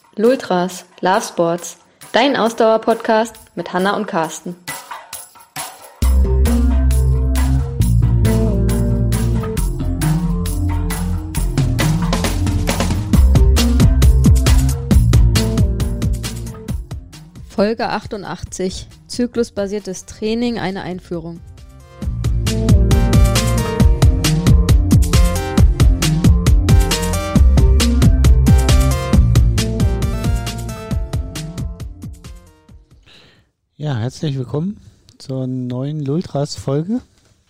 Lultras, Love Sports, dein Ausdauer-Podcast mit Hanna und Carsten. Folge 88. Zyklusbasiertes Training, eine Einführung. Ja, herzlich willkommen zur neuen Lultras-Folge.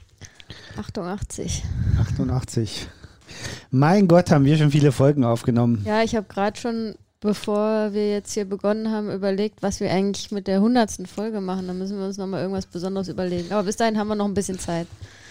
88. 88. Mein Gott, haben wir schon viele Folgen aufgenommen. Ja, ich habe gerade schon, bevor wir jetzt hier begonnen haben, überlegt, was wir eigentlich mit der 100. Folge machen. Da müssen wir uns nochmal irgendwas Besonderes überlegen. Aber bis dahin haben wir noch ein bisschen Zeit.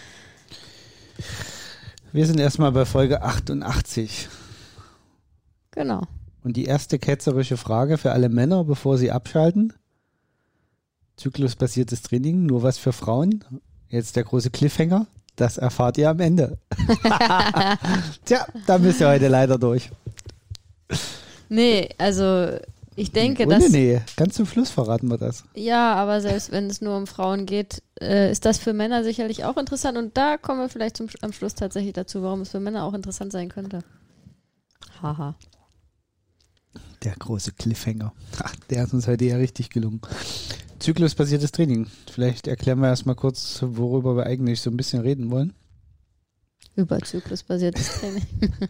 Wir sind erstmal bei Folge 88. Genau. Und die erste ketzerische Frage für alle Männer, bevor sie abschalten. Zyklusbasiertes Training, nur was für Frauen. Jetzt der große Cliffhanger, das erfahrt ihr am Ende. Tja, da müsst ihr heute leider durch. Nee, also ich denke, Nee, ganz zum Schluss verraten wir das. Ja, aber selbst wenn es nur um Frauen geht, ist das für Männer sicherlich auch interessant. Und da kommen wir vielleicht am Schluss tatsächlich dazu, warum es für Männer auch interessant sein könnte. Haha. Der große Cliffhanger. Ach, der ist uns heute ja richtig gelungen. Zyklusbasiertes Training. Vielleicht erklären wir erstmal kurz, worüber wir eigentlich so ein bisschen reden wollen. Über zyklusbasiertes Training.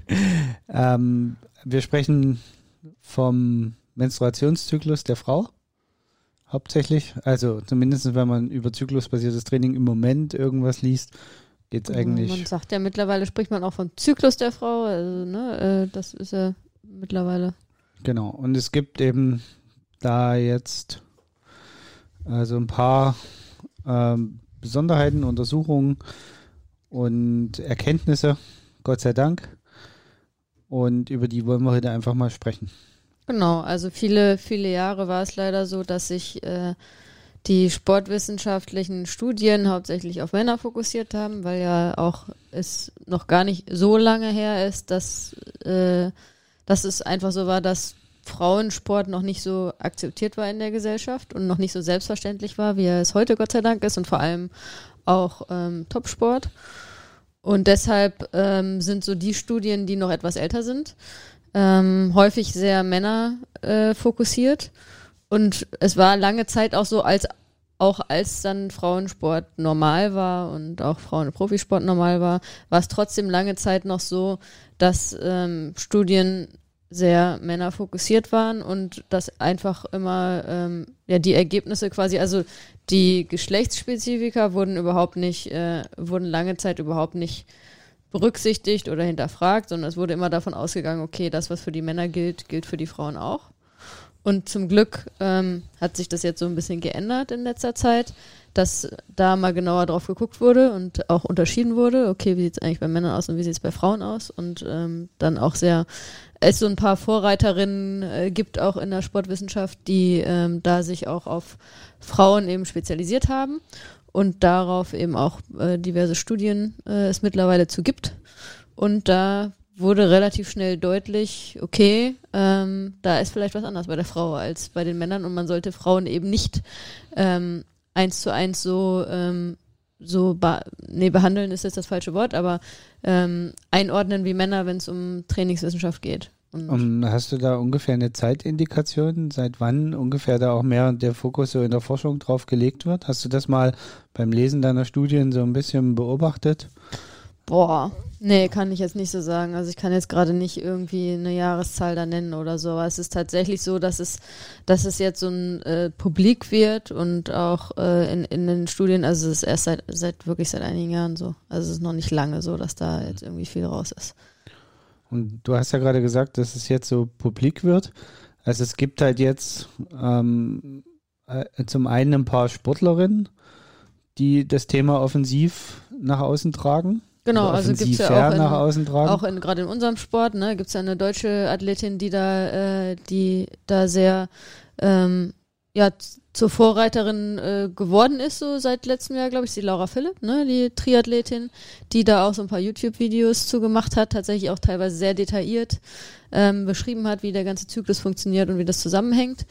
Wir sprechen vom Menstruationszyklus der Frau. Hauptsächlich. Also zumindest, wenn man über zyklusbasiertes Training im Moment irgendwas liest, geht es eigentlich. Man sagt ja mittlerweile, spricht man auch vom Zyklus der Frau. Also, das ist ja mittlerweile. Genau. Und es gibt eben da jetzt also ein paar Besonderheiten, Untersuchungen und Erkenntnisse, Gott sei Dank. Und über die wollen wir heute einfach mal sprechen. Genau, also viele, viele Jahre war es leider so, dass sich die sportwissenschaftlichen Studien hauptsächlich auf Männer fokussiert haben, weil ja auch es noch gar nicht so lange her ist, dass es einfach so war, dass Frauensport noch nicht so akzeptiert war in der Gesellschaft und noch nicht so selbstverständlich war, wie er es heute Gott sei Dank ist und vor allem auch Topsport. Und deshalb sind so die Studien, die noch etwas älter sind, häufig sehr Männer fokussiert. Und es war lange Zeit auch so, als dann Frauensport normal war und auch Frauenprofisport normal war es trotzdem lange Zeit noch so, dass Studien sehr männerfokussiert waren und dass einfach immer die Ergebnisse quasi, also die Geschlechtsspezifika wurden lange Zeit überhaupt nicht berücksichtigt oder hinterfragt, sondern es wurde immer davon ausgegangen, okay, das, was für die Männer gilt für die Frauen auch. Und zum Glück hat sich das jetzt so ein bisschen geändert in letzter Zeit, dass da mal genauer drauf geguckt wurde und auch unterschieden wurde, okay, wie sieht es eigentlich bei Männern aus und wie sieht es bei Frauen aus und dann auch es so ein paar Vorreiterinnen gibt auch in der Sportwissenschaft, die da sich auch auf Frauen eben spezialisiert haben und darauf eben auch diverse Studien es mittlerweile zu gibt. Und da wurde relativ schnell deutlich, okay, da ist vielleicht was anderes bei der Frau als bei den Männern und man sollte Frauen eben nicht 1:1 behandeln ist jetzt das falsche Wort, aber einordnen wie Männer, wenn es um Trainingswissenschaft geht. Und hast du da ungefähr eine Zeitindikation, seit wann ungefähr da auch mehr der Fokus so in der Forschung drauf gelegt wird? Hast du das mal beim Lesen deiner Studien so ein bisschen beobachtet? Boah, nee, kann ich jetzt nicht so sagen. Also ich kann jetzt gerade nicht irgendwie eine Jahreszahl da nennen oder so. Aber es ist tatsächlich so, dass es jetzt so ein Publik wird und auch in den Studien, also es ist erst seit einigen Jahren so. Also es ist noch nicht lange so, dass da jetzt irgendwie viel raus ist. Und du hast ja gerade gesagt, dass es jetzt so publik wird. Also es gibt halt jetzt zum einen ein paar Sportlerinnen, die das Thema offensiv nach außen tragen. Genau, also gibt es ja auch gerade in unserem Sport, gibt es ja eine deutsche Athletin, die da sehr ja zur Vorreiterin geworden ist, so seit letztem Jahr, glaube ich, ist die Laura Philipp, ne, die Triathletin, die da auch so ein paar YouTube-Videos zu gemacht hat, tatsächlich auch teilweise sehr detailliert beschrieben hat, wie der ganze Zyklus funktioniert und wie das zusammenhängt.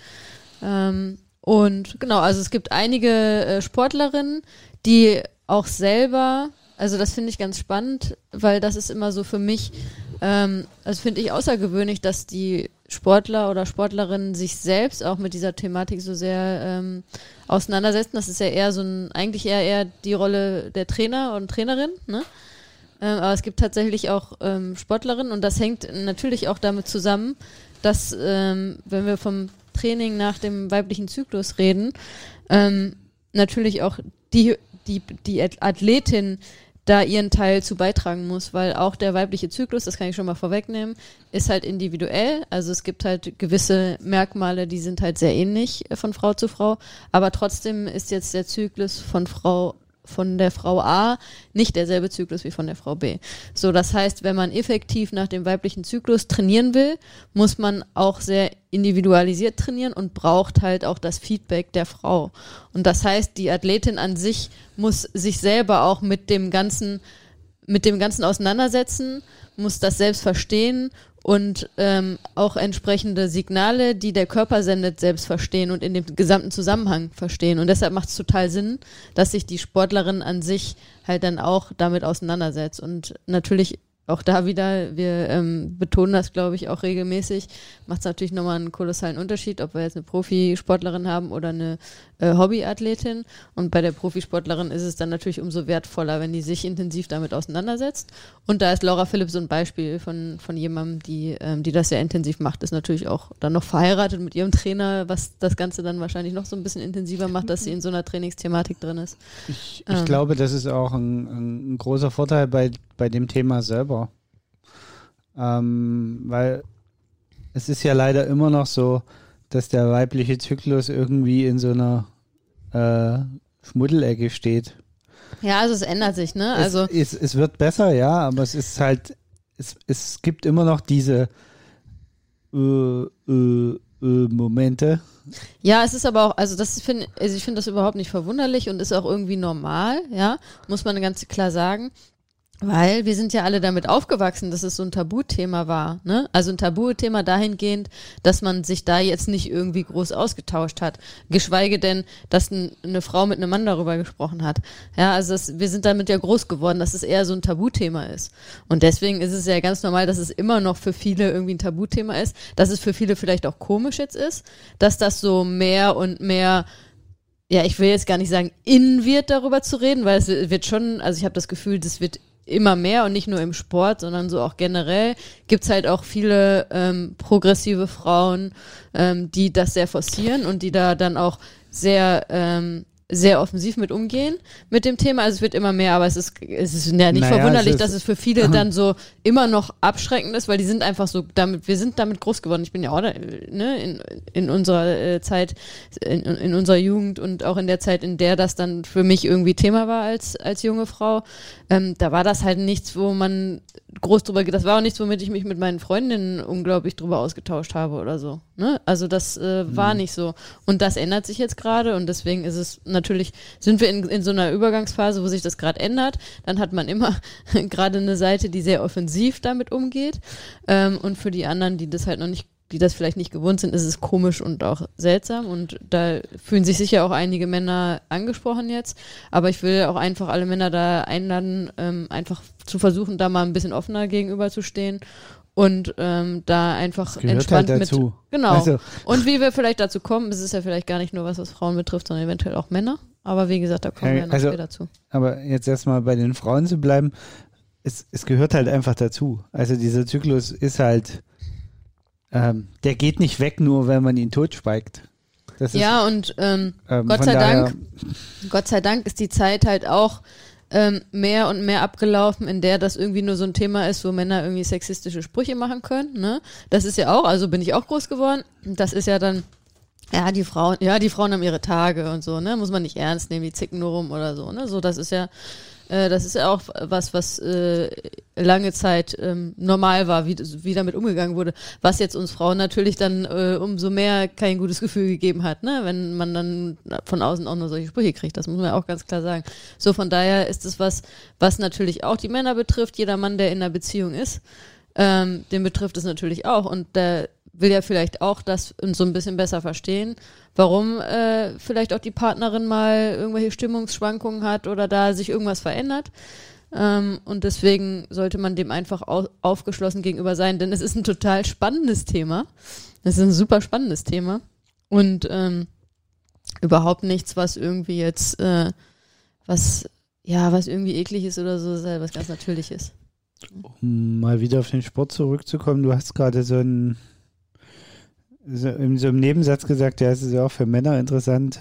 Und genau, also es gibt einige Sportlerinnen, die auch selber, also das finde ich ganz spannend, weil das ist immer so für mich, also finde ich außergewöhnlich, dass die Sportler oder Sportlerinnen sich selbst auch mit dieser Thematik so sehr auseinandersetzen. Das ist ja eher so eigentlich eher die Rolle der Trainer und Trainerin, ne? Aber es gibt tatsächlich auch Sportlerinnen und das hängt natürlich auch damit zusammen, dass wenn wir vom Training nach dem weiblichen Zyklus reden, natürlich auch die Athletin da ihren Teil zu beitragen muss, weil auch der weibliche Zyklus, das kann ich schon mal vorwegnehmen, ist halt individuell. Also es gibt halt gewisse Merkmale, die sind halt sehr ähnlich von Frau zu Frau, aber trotzdem ist jetzt der Zyklus von der Frau A nicht derselbe Zyklus wie von der Frau B. So, das heißt, wenn man effektiv nach dem weiblichen Zyklus trainieren will, muss man auch sehr individualisiert trainieren und braucht halt auch das Feedback der Frau. Und das heißt, die Athletin an sich muss sich selber auch mit dem Ganzen auseinandersetzen, muss das selbst verstehen und auch entsprechende Signale, die der Körper sendet, selbst verstehen und in dem gesamten Zusammenhang verstehen. Und deshalb macht es total Sinn, dass sich die Sportlerin an sich halt dann auch damit auseinandersetzt. Und natürlich auch da wieder, wir betonen das, glaube ich, auch regelmäßig, macht es natürlich nochmal einen kolossalen Unterschied, ob wir jetzt eine Profisportlerin haben oder eine Hobbyathletin. Und bei der Profisportlerin ist es dann natürlich umso wertvoller, wenn die sich intensiv damit auseinandersetzt. Und da ist Laura Philipp so ein Beispiel von jemandem, die das sehr intensiv macht, ist natürlich auch dann noch verheiratet mit ihrem Trainer, was das Ganze dann wahrscheinlich noch so ein bisschen intensiver macht, dass sie in so einer Trainingsthematik drin ist. Ich glaube, das ist auch ein großer Vorteil bei dem Thema selber. Weil es ist ja leider immer noch so, dass der weibliche Zyklus irgendwie in so einer Schmuddelecke steht. Ja, also es ändert sich, ne? Also es wird besser, ja, aber es ist halt, es gibt immer noch diese Momente. Ja, es ist aber auch, also ich finde das überhaupt nicht verwunderlich und ist auch irgendwie normal, ja, muss man ganz klar sagen. Weil wir sind ja alle damit aufgewachsen, dass es so ein Tabuthema war, ne? Also ein Tabuthema dahingehend, dass man sich da jetzt nicht irgendwie groß ausgetauscht hat. Geschweige denn, dass eine Frau mit einem Mann darüber gesprochen hat. Ja, also wir sind damit ja groß geworden, dass es eher so ein Tabuthema ist. Und deswegen ist es ja ganz normal, dass es immer noch für viele irgendwie ein Tabuthema ist, dass es für viele vielleicht auch komisch jetzt ist, dass das so mehr und mehr, ja, ich will jetzt gar nicht sagen, in wird, darüber zu reden, weil es wird schon, also ich habe das Gefühl, das wird immer mehr und nicht nur im Sport, sondern so auch generell gibt's halt auch viele progressive Frauen, die das sehr forcieren und die da dann auch sehr offensiv mit umgehen mit dem Thema. Also es wird immer mehr, aber es ist ja nicht verwunderlich, dass es für viele dann so immer noch abschreckend ist, weil die sind einfach so wir sind damit groß geworden. Ich bin ja auch in unserer Zeit, in unserer Jugend und auch in der Zeit, in der das dann für mich irgendwie Thema war als junge Frau. Da war das halt nichts, wo man groß drüber geht. Das war auch nichts, womit ich mich mit meinen Freundinnen unglaublich drüber ausgetauscht habe oder so. Ne? Also das war nicht so. Und das ändert sich jetzt gerade und deswegen ist es natürlich, sind wir in so einer Übergangsphase, wo sich das gerade ändert. Dann hat man immer gerade eine Seite, die sehr offensiv damit umgeht. Und für die anderen, die das halt noch nicht, die das vielleicht nicht gewohnt sind, ist es komisch und auch seltsam. Und da fühlen sich sicher auch einige Männer angesprochen jetzt. Aber ich will auch einfach alle Männer da einladen, einfach zu versuchen, da mal ein bisschen offener gegenüber zu stehen und da einfach entspannt halt dazu. Genau. Also. Und wie wir vielleicht dazu kommen, es ist ja vielleicht gar nicht nur was Frauen betrifft, sondern eventuell auch Männer. Aber wie gesagt, da kommen wir noch später zu. Aber jetzt erstmal bei den Frauen zu bleiben, es gehört halt einfach dazu. Also dieser Zyklus ist halt, der geht nicht weg, nur wenn man ihn totschweigt. Ja, und Gott sei Dank ist die Zeit halt auch mehr und mehr abgelaufen, in der das irgendwie nur so ein Thema ist, wo Männer irgendwie sexistische Sprüche machen können. Ne? Das ist ja auch, also bin ich auch groß geworden. Das ist ja dann, die Frauen haben ihre Tage und so, ne? Muss man nicht ernst nehmen, die zicken nur rum oder so, ne? So, das ist ja Das ist ja auch was lange Zeit normal war, wie damit umgegangen wurde. Was jetzt uns Frauen natürlich dann umso mehr kein gutes Gefühl gegeben hat, ne? Wenn man dann von außen auch nur solche Sprüche kriegt. Das muss man ja auch ganz klar sagen. So, von daher ist es was natürlich auch die Männer betrifft. Jeder Mann, der in einer Beziehung ist, den betrifft es natürlich auch. Und der will ja vielleicht auch das so ein bisschen besser verstehen, warum vielleicht auch die Partnerin mal irgendwelche Stimmungsschwankungen hat oder da sich irgendwas verändert. Und deswegen sollte man dem einfach aufgeschlossen gegenüber sein, denn es ist ein total spannendes Thema. Es ist ein super spannendes Thema und überhaupt nichts, was irgendwie jetzt was irgendwie eklig ist oder so, was ganz Natürliches. Um mal wieder auf den Sport zurückzukommen, du hast gerade so in so einem Nebensatz gesagt, ja, es ist ja auch für Männer interessant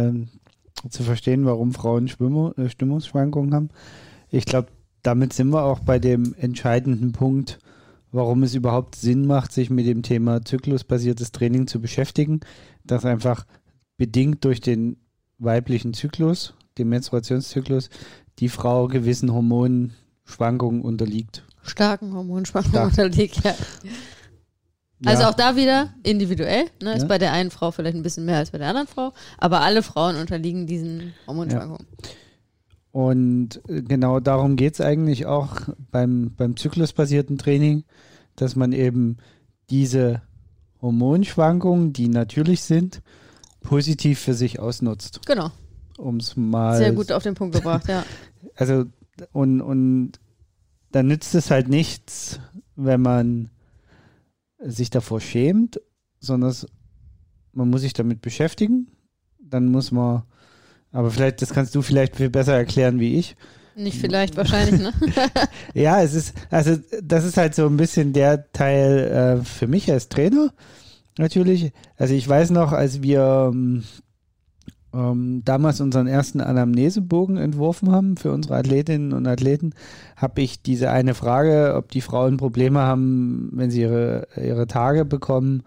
zu verstehen, warum Frauen Stimmungsschwankungen haben. Ich glaube, damit sind wir auch bei dem entscheidenden Punkt, warum es überhaupt Sinn macht, sich mit dem Thema zyklusbasiertes Training zu beschäftigen, das einfach bedingt durch den weiblichen Zyklus, den Menstruationszyklus, die Frau gewissen Hormonschwankungen unterliegt. Starken Hormonschwankungen unterliegt, ja. Also auch da wieder individuell, ne? Ist bei der einen Frau vielleicht ein bisschen mehr als bei der anderen Frau, aber alle Frauen unterliegen diesen Hormonschwankungen. Ja. Und genau darum geht es eigentlich auch beim zyklusbasierten Training, dass man eben diese Hormonschwankungen, die natürlich sind, positiv für sich ausnutzt. Genau. Um es mal... Sehr gut auf den Punkt gebracht, ja. Also und dann nützt es halt nichts, wenn man sich davor schämt, sondern man muss sich damit beschäftigen. Dann muss man, aber vielleicht, das kannst du vielleicht viel besser erklären wie ich. Nicht vielleicht, wahrscheinlich, ne? Ja, das ist halt so ein bisschen der Teil für mich als Trainer natürlich. Also ich weiß noch, als wir damals unseren ersten Anamnesebogen entworfen haben für unsere Athletinnen und Athleten, habe ich diese eine Frage, ob die Frauen Probleme haben, wenn sie ihre Tage bekommen,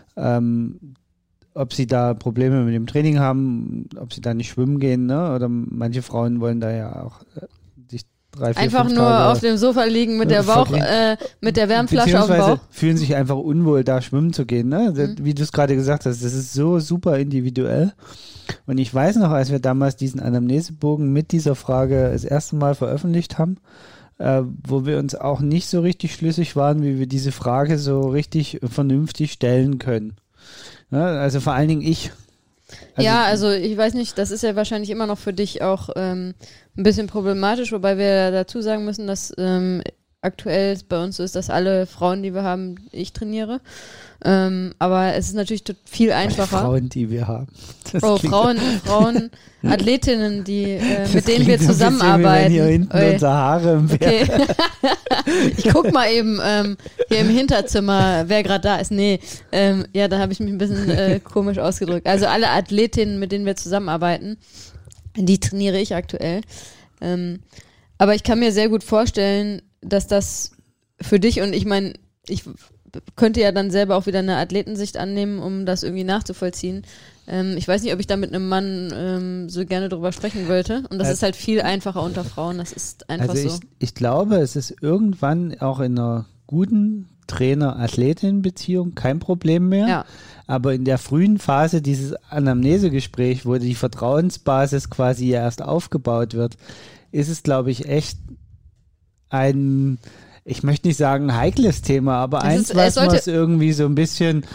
ob sie da Probleme mit dem Training haben, ob sie da nicht schwimmen gehen, ne? Oder manche Frauen wollen da ja auch sich 3, 4, einfach 5 nur Tage auf dem Sofa liegen mit der mit der Wärmflasche auf dem Bauch. Fühlen sich einfach unwohl, da schwimmen zu gehen, ne? Wie du es gerade gesagt hast, das ist so super individuell. Und ich weiß noch, als wir damals diesen Anamnesebogen mit dieser Frage das erste Mal veröffentlicht haben, wo wir uns auch nicht so richtig schlüssig waren, wie wir diese Frage so richtig vernünftig stellen können. Ja, also vor allen Dingen ich. Also ich weiß nicht, das ist ja wahrscheinlich immer noch für dich auch ein bisschen problematisch, wobei wir dazu sagen müssen, dass aktuell bei uns so ist, dass alle Frauen, die wir haben, ich trainiere. Aber es ist natürlich viel einfacher. Frauen, die wir haben. Frauen, Athletinnen, die mit denen wir zusammenarbeiten. Hier hinten unser Haare im okay. Ich guck mal eben hier im Hinterzimmer, wer gerade da ist. Nee, da habe ich mich ein bisschen komisch ausgedrückt. Also alle Athletinnen, mit denen wir zusammenarbeiten, die trainiere ich aktuell. Aber ich kann mir sehr gut vorstellen, dass das für dich, und ich meine, ich könnte ja dann selber auch wieder eine Athletensicht annehmen, um das irgendwie nachzuvollziehen. Ich weiß nicht, ob ich da mit einem Mann so gerne drüber sprechen wollte. Und das ist halt viel einfacher unter Frauen. Das ist einfach so. Ich glaube, es ist irgendwann auch in einer guten Trainer-Athletin-Beziehung kein Problem mehr. Ja. Aber in der frühen Phase dieses Anamnesegespräch, wo die Vertrauensbasis quasi erst aufgebaut wird, ist es, glaube ich, echt ich möchte nicht sagen heikles Thema, aber was man irgendwie so ein bisschen,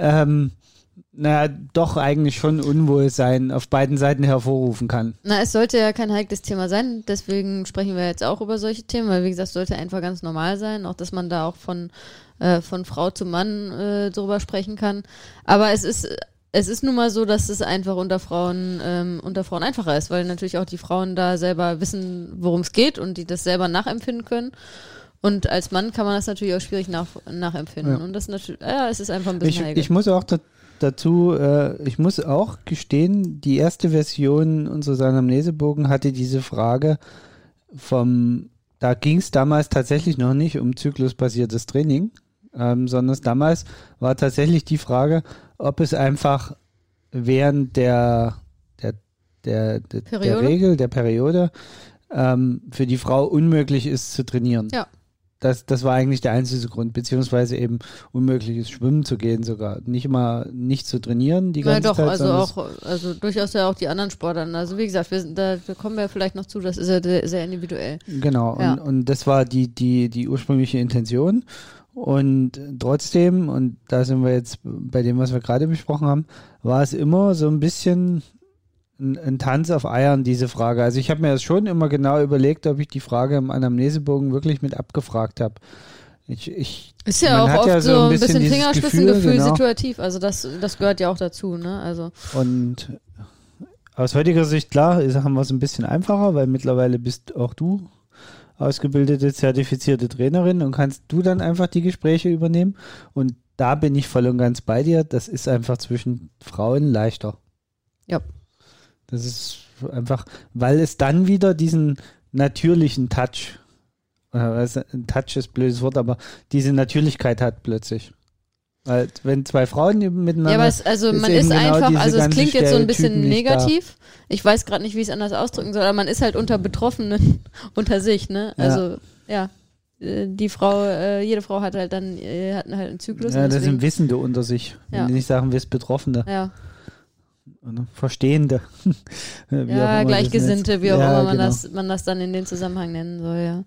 doch eigentlich schon Unwohlsein auf beiden Seiten hervorrufen kann. Es sollte ja kein heikles Thema sein, deswegen sprechen wir jetzt auch über solche Themen, weil wie gesagt, es sollte einfach ganz normal sein, auch dass man da auch von Frau zu Mann drüber sprechen kann. Aber es ist nun mal so, dass es einfach unter Frauen einfacher ist, weil natürlich auch die Frauen da selber wissen, worum es geht und die das selber nachempfinden können. Und als Mann kann man das natürlich auch schwierig nachempfinden. Ja. Und das natürlich, es ist einfach ein bisschen heikel. Ich muss auch dazu, ich muss auch gestehen, die erste Version unseres Anamnesebogen hatte diese Frage da ging es damals tatsächlich noch nicht um zyklusbasiertes Training, sondern damals war tatsächlich die Frage, ob es einfach während der Periode für die Frau unmöglich ist zu trainieren. Ja. Das war eigentlich der einzige Grund, beziehungsweise eben unmöglich ist, schwimmen zu gehen sogar. Nicht immer nicht zu trainieren die ganze Zeit. Also durchaus ja auch die anderen Sportarten. Also wie gesagt, da kommen wir vielleicht noch zu, das ist ja sehr individuell. Genau, ja. Und das war die ursprüngliche Intention. Und trotzdem, und da sind wir jetzt bei dem, was wir gerade besprochen haben, war es immer so ein bisschen ein Tanz auf Eiern, diese Frage. Also ich habe mir das schon immer genau überlegt, ob ich die Frage im Anamnesebogen wirklich mit abgefragt habe. Ist ja auch oft so ein bisschen Fingerspitzengefühl, genau. Situativ. Also das gehört ja auch dazu, ne? Also. Und aus heutiger Sicht, klar, haben wir es ein bisschen einfacher, weil mittlerweile bist auch du ausgebildete, zertifizierte Trainerin und kannst du dann einfach die Gespräche übernehmen. Und da bin ich voll und ganz bei dir. Das ist einfach zwischen Frauen leichter. Ja. Das ist einfach, weil es dann wieder diesen natürlichen Touch, ein Touch ist ein blödes Wort, aber diese Natürlichkeit hat plötzlich. Weil wenn zwei Frauen miteinander. Ja, aber man ist einfach, also es klingt jetzt so ein bisschen negativ. Ich weiß gerade nicht, wie ich es anders ausdrücken soll, aber man ist halt unter Betroffenen unter sich, ne? Also, ja. Die Frau, jede Frau hat halt dann, hatten halt einen Zyklus. Ja, das sind Wissende unter sich. Wenn die nicht sagen, wir sind Betroffene. Ja. Verstehende. Ja, Gleichgesinnte, wie auch immer man das dann in den Zusammenhang nennen soll, ja.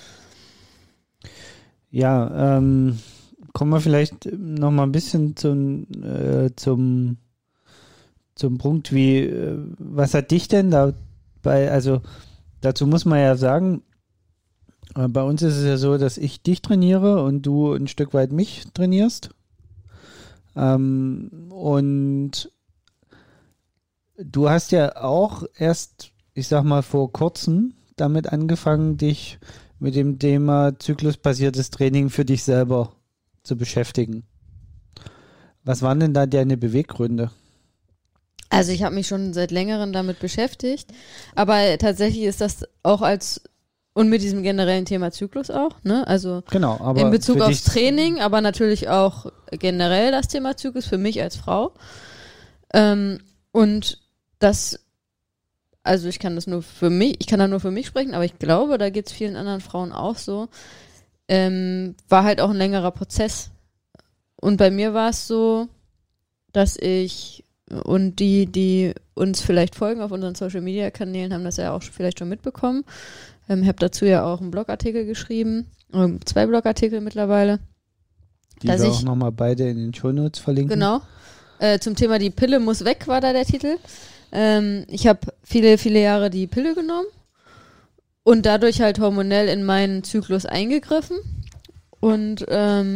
Ja, kommen wir vielleicht noch mal ein bisschen zum Punkt, was hat dich denn dabei, also dazu muss man ja sagen, bei uns ist es ja so, dass ich dich trainiere und du ein Stück weit mich trainierst. Und du hast ja auch erst, ich sag mal, vor kurzem damit angefangen, dich mit dem Thema zyklusbasiertes Training für dich selber zu beschäftigen. Was waren denn da deine Beweggründe? Also ich habe mich schon seit längerem damit beschäftigt, aber tatsächlich ist das auch und mit diesem generellen Thema Zyklus auch, ne? Also genau, aber in Bezug aufs Training, aber natürlich auch generell das Thema Zyklus für mich als Frau. Und also ich kann da nur für mich sprechen, aber ich glaube, da geht es vielen anderen Frauen auch so, war halt auch ein längerer Prozess. Und bei mir war es so, dass ich und die uns vielleicht folgen auf unseren Social-Media-Kanälen, haben das ja auch vielleicht schon mitbekommen. Ich habe dazu ja auch einen Blogartikel geschrieben, 2 Blogartikel mittlerweile. Die wir auch nochmal beide in den Shownotes verlinken. Genau. Zum Thema die Pille muss weg, war da der Titel. Ich habe viele, viele Jahre die Pille genommen und dadurch halt hormonell in meinen Zyklus eingegriffen. Und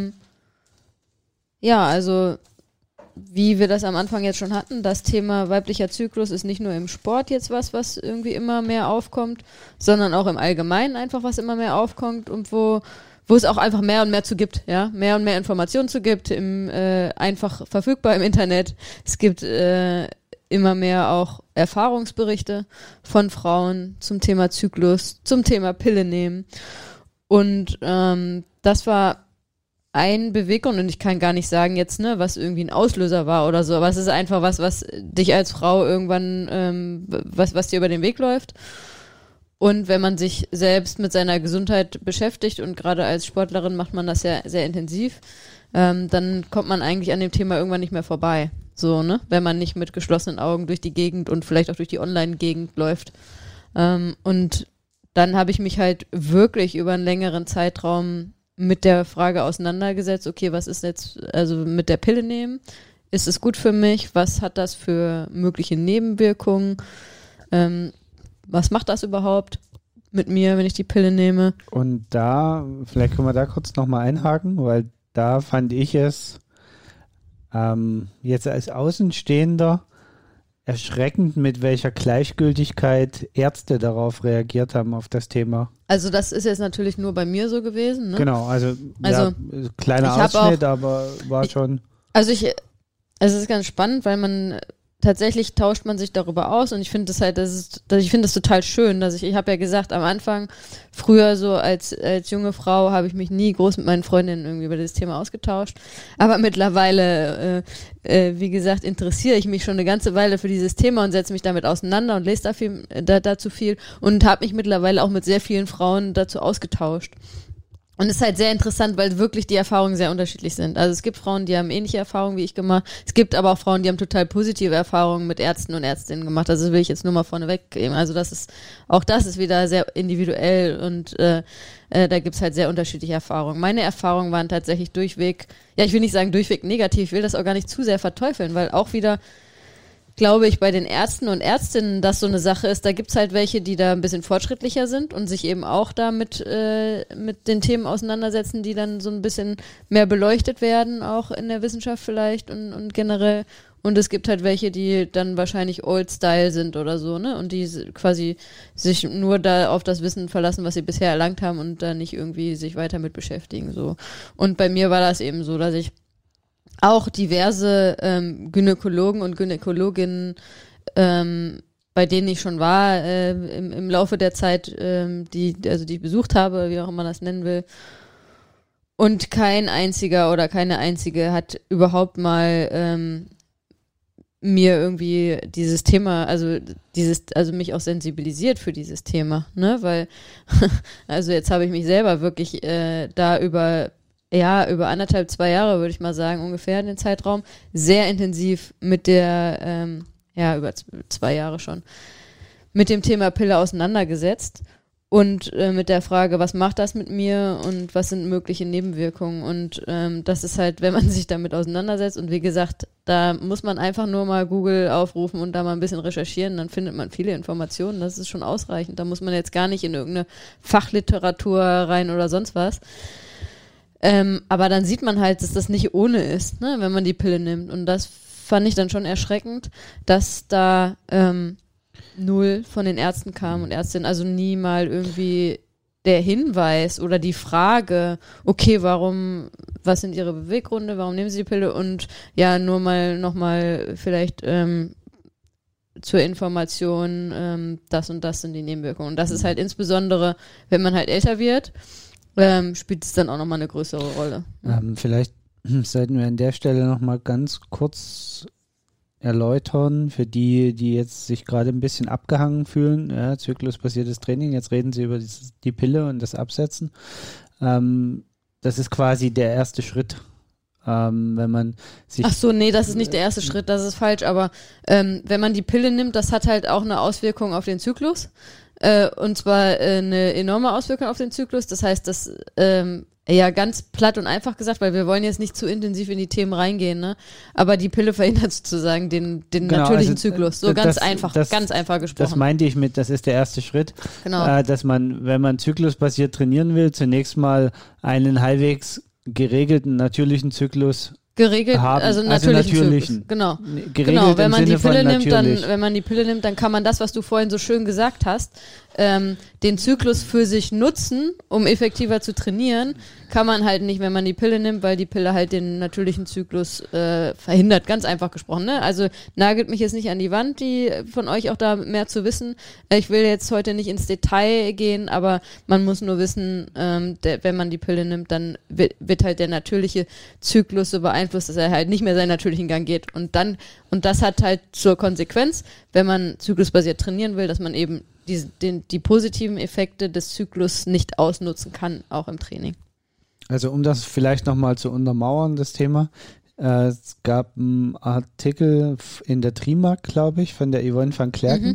also wie wir das am Anfang jetzt schon hatten, das Thema weiblicher Zyklus ist nicht nur im Sport jetzt was irgendwie immer mehr aufkommt, sondern auch im Allgemeinen einfach was immer mehr aufkommt und wo es auch einfach mehr und mehr zu gibt, ja, mehr und mehr Informationen zu gibt, einfach verfügbar im Internet. Es gibt immer mehr auch Erfahrungsberichte von Frauen zum Thema Zyklus, zum Thema Pille nehmen. Und das war ein Beweggrund, und ich kann gar nicht sagen jetzt, ne, was irgendwie ein Auslöser war oder so, aber es ist einfach was dich als Frau irgendwann, was dir über den Weg läuft. Und wenn man sich selbst mit seiner Gesundheit beschäftigt und gerade als Sportlerin macht man das ja sehr intensiv, dann kommt man eigentlich an dem Thema irgendwann nicht mehr vorbei. So, ne? Wenn man nicht mit geschlossenen Augen durch die Gegend und vielleicht auch durch die Online-Gegend läuft. Und dann habe ich mich halt wirklich über einen längeren Zeitraum mit der Frage auseinandergesetzt, okay, was ist jetzt, also mit der Pille nehmen? Ist es gut für mich? Was hat das für mögliche Nebenwirkungen? Was macht das überhaupt mit mir, wenn ich die Pille nehme? Und vielleicht können wir da kurz nochmal einhaken, weil da fand ich es jetzt als Außenstehender erschreckend, mit welcher Gleichgültigkeit Ärzte darauf reagiert haben, auf das Thema. Also das ist jetzt natürlich nur bei mir so gewesen, ne? Genau, also kleiner Ausschnitt, aber war schon... Also es ist ganz spannend, weil man tatsächlich tauscht man sich darüber aus und ich finde das halt, ich finde das total schön, ich habe ja gesagt, am Anfang, früher so als junge Frau habe ich mich nie groß mit meinen Freundinnen irgendwie über das Thema ausgetauscht, aber mittlerweile, wie gesagt, interessiere ich mich schon eine ganze Weile für dieses Thema und setze mich damit auseinander und lese dazu viel und habe mich mittlerweile auch mit sehr vielen Frauen dazu ausgetauscht. Und es ist halt sehr interessant, weil wirklich die Erfahrungen sehr unterschiedlich sind. Also es gibt Frauen, die haben ähnliche Erfahrungen wie ich gemacht. Es gibt aber auch Frauen, die haben total positive Erfahrungen mit Ärzten und Ärztinnen gemacht. Also das will ich jetzt nur mal vorneweg geben. Also das ist wieder sehr individuell und da gibt's halt sehr unterschiedliche Erfahrungen. Meine Erfahrungen waren tatsächlich durchweg, ja, ich will nicht sagen durchweg negativ, ich will das auch gar nicht zu sehr verteufeln, weil auch wieder glaube ich, bei den Ärzten und Ärztinnen das so eine Sache ist, da gibt's halt welche, die da ein bisschen fortschrittlicher sind und sich eben auch da mit den Themen auseinandersetzen, die dann so ein bisschen mehr beleuchtet werden, auch in der Wissenschaft vielleicht und generell. Und es gibt halt welche, die dann wahrscheinlich Old Style sind oder so, ne? Und die quasi sich nur da auf das Wissen verlassen, was sie bisher erlangt haben und da nicht irgendwie sich weiter mit beschäftigen, so. Und bei mir war das eben so, dass ich auch diverse Gynäkologen und Gynäkologinnen, bei denen ich schon war im Laufe der Zeit, die ich besucht habe, wie auch immer man das nennen will. Und kein einziger oder keine einzige hat überhaupt mal mir irgendwie dieses Thema, also mich auch sensibilisiert für dieses Thema, ne? Weil, also jetzt habe ich mich selber wirklich da über 2 Jahre, würde ich mal sagen, ungefähr in den Zeitraum, sehr intensiv mit der, über 2 Jahre schon, mit dem Thema Pille auseinandergesetzt und mit der Frage, was macht das mit mir und was sind mögliche Nebenwirkungen und das ist halt, wenn man sich damit auseinandersetzt und wie gesagt, da muss man einfach nur mal Google aufrufen und da mal ein bisschen recherchieren, dann findet man viele Informationen, das ist schon ausreichend, da muss man jetzt gar nicht in irgendeine Fachliteratur rein oder sonst was. Aber dann sieht man halt, dass das nicht ohne ist, ne, wenn man die Pille nimmt. Und das fand ich dann schon erschreckend, dass da 0 von den Ärzten kam und Ärztinnen, also nie mal irgendwie der Hinweis oder die Frage, okay, was sind ihre Beweggründe, warum nehmen sie die Pille und ja, nur mal nochmal vielleicht zur Information, das und das sind die Nebenwirkungen. Und das ist halt insbesondere, wenn man halt älter wird, spielt es dann auch nochmal eine größere Rolle. Vielleicht sollten wir an der Stelle nochmal ganz kurz erläutern, für die jetzt sich gerade ein bisschen abgehangen fühlen, ja, zyklusbasiertes Training, jetzt reden sie über die Pille und das Absetzen. Das ist quasi der erste Schritt. Wenn man sich... Ach so, nee, das ist nicht der erste Schritt, das ist falsch, aber wenn man die Pille nimmt, das hat halt auch eine Auswirkung auf den Zyklus. Und zwar eine enorme Auswirkung auf den Zyklus. Das heißt, das ganz platt und einfach gesagt, weil wir wollen jetzt nicht zu intensiv in die Themen reingehen, ne? Aber die Pille verhindert sozusagen den natürlichen Zyklus. So ganz einfach gesprochen. Das meinte ich mit, das ist der erste Schritt. Genau. Dass man, wenn man zyklusbasiert trainieren will, zunächst mal einen halbwegs geregelten natürlichen Zyklus haben, also natürlichen. Genau. Wenn man die Pille nimmt, dann kann man das, was du vorhin so schön gesagt hast, den Zyklus für sich nutzen, um effektiver zu trainieren, kann man halt nicht, wenn man die Pille nimmt, weil die Pille halt den natürlichen Zyklus verhindert, ganz einfach gesprochen. Ne? Also nagelt mich jetzt nicht an die Wand, die von euch auch da mehr zu wissen. Ich will jetzt heute nicht ins Detail gehen, aber man muss nur wissen, wenn man die Pille nimmt, dann wird halt der natürliche Zyklus so beeinflusst, dass er halt nicht mehr seinen natürlichen Gang geht. Und das hat halt zur Konsequenz, wenn man zyklusbasiert trainieren will, dass man eben die positiven Effekte des Zyklus nicht ausnutzen kann, auch im Training. Also um das vielleicht nochmal zu untermauern, das Thema, es gab einen Artikel in der Trimark, glaube ich, von der Yvonne van Flerken,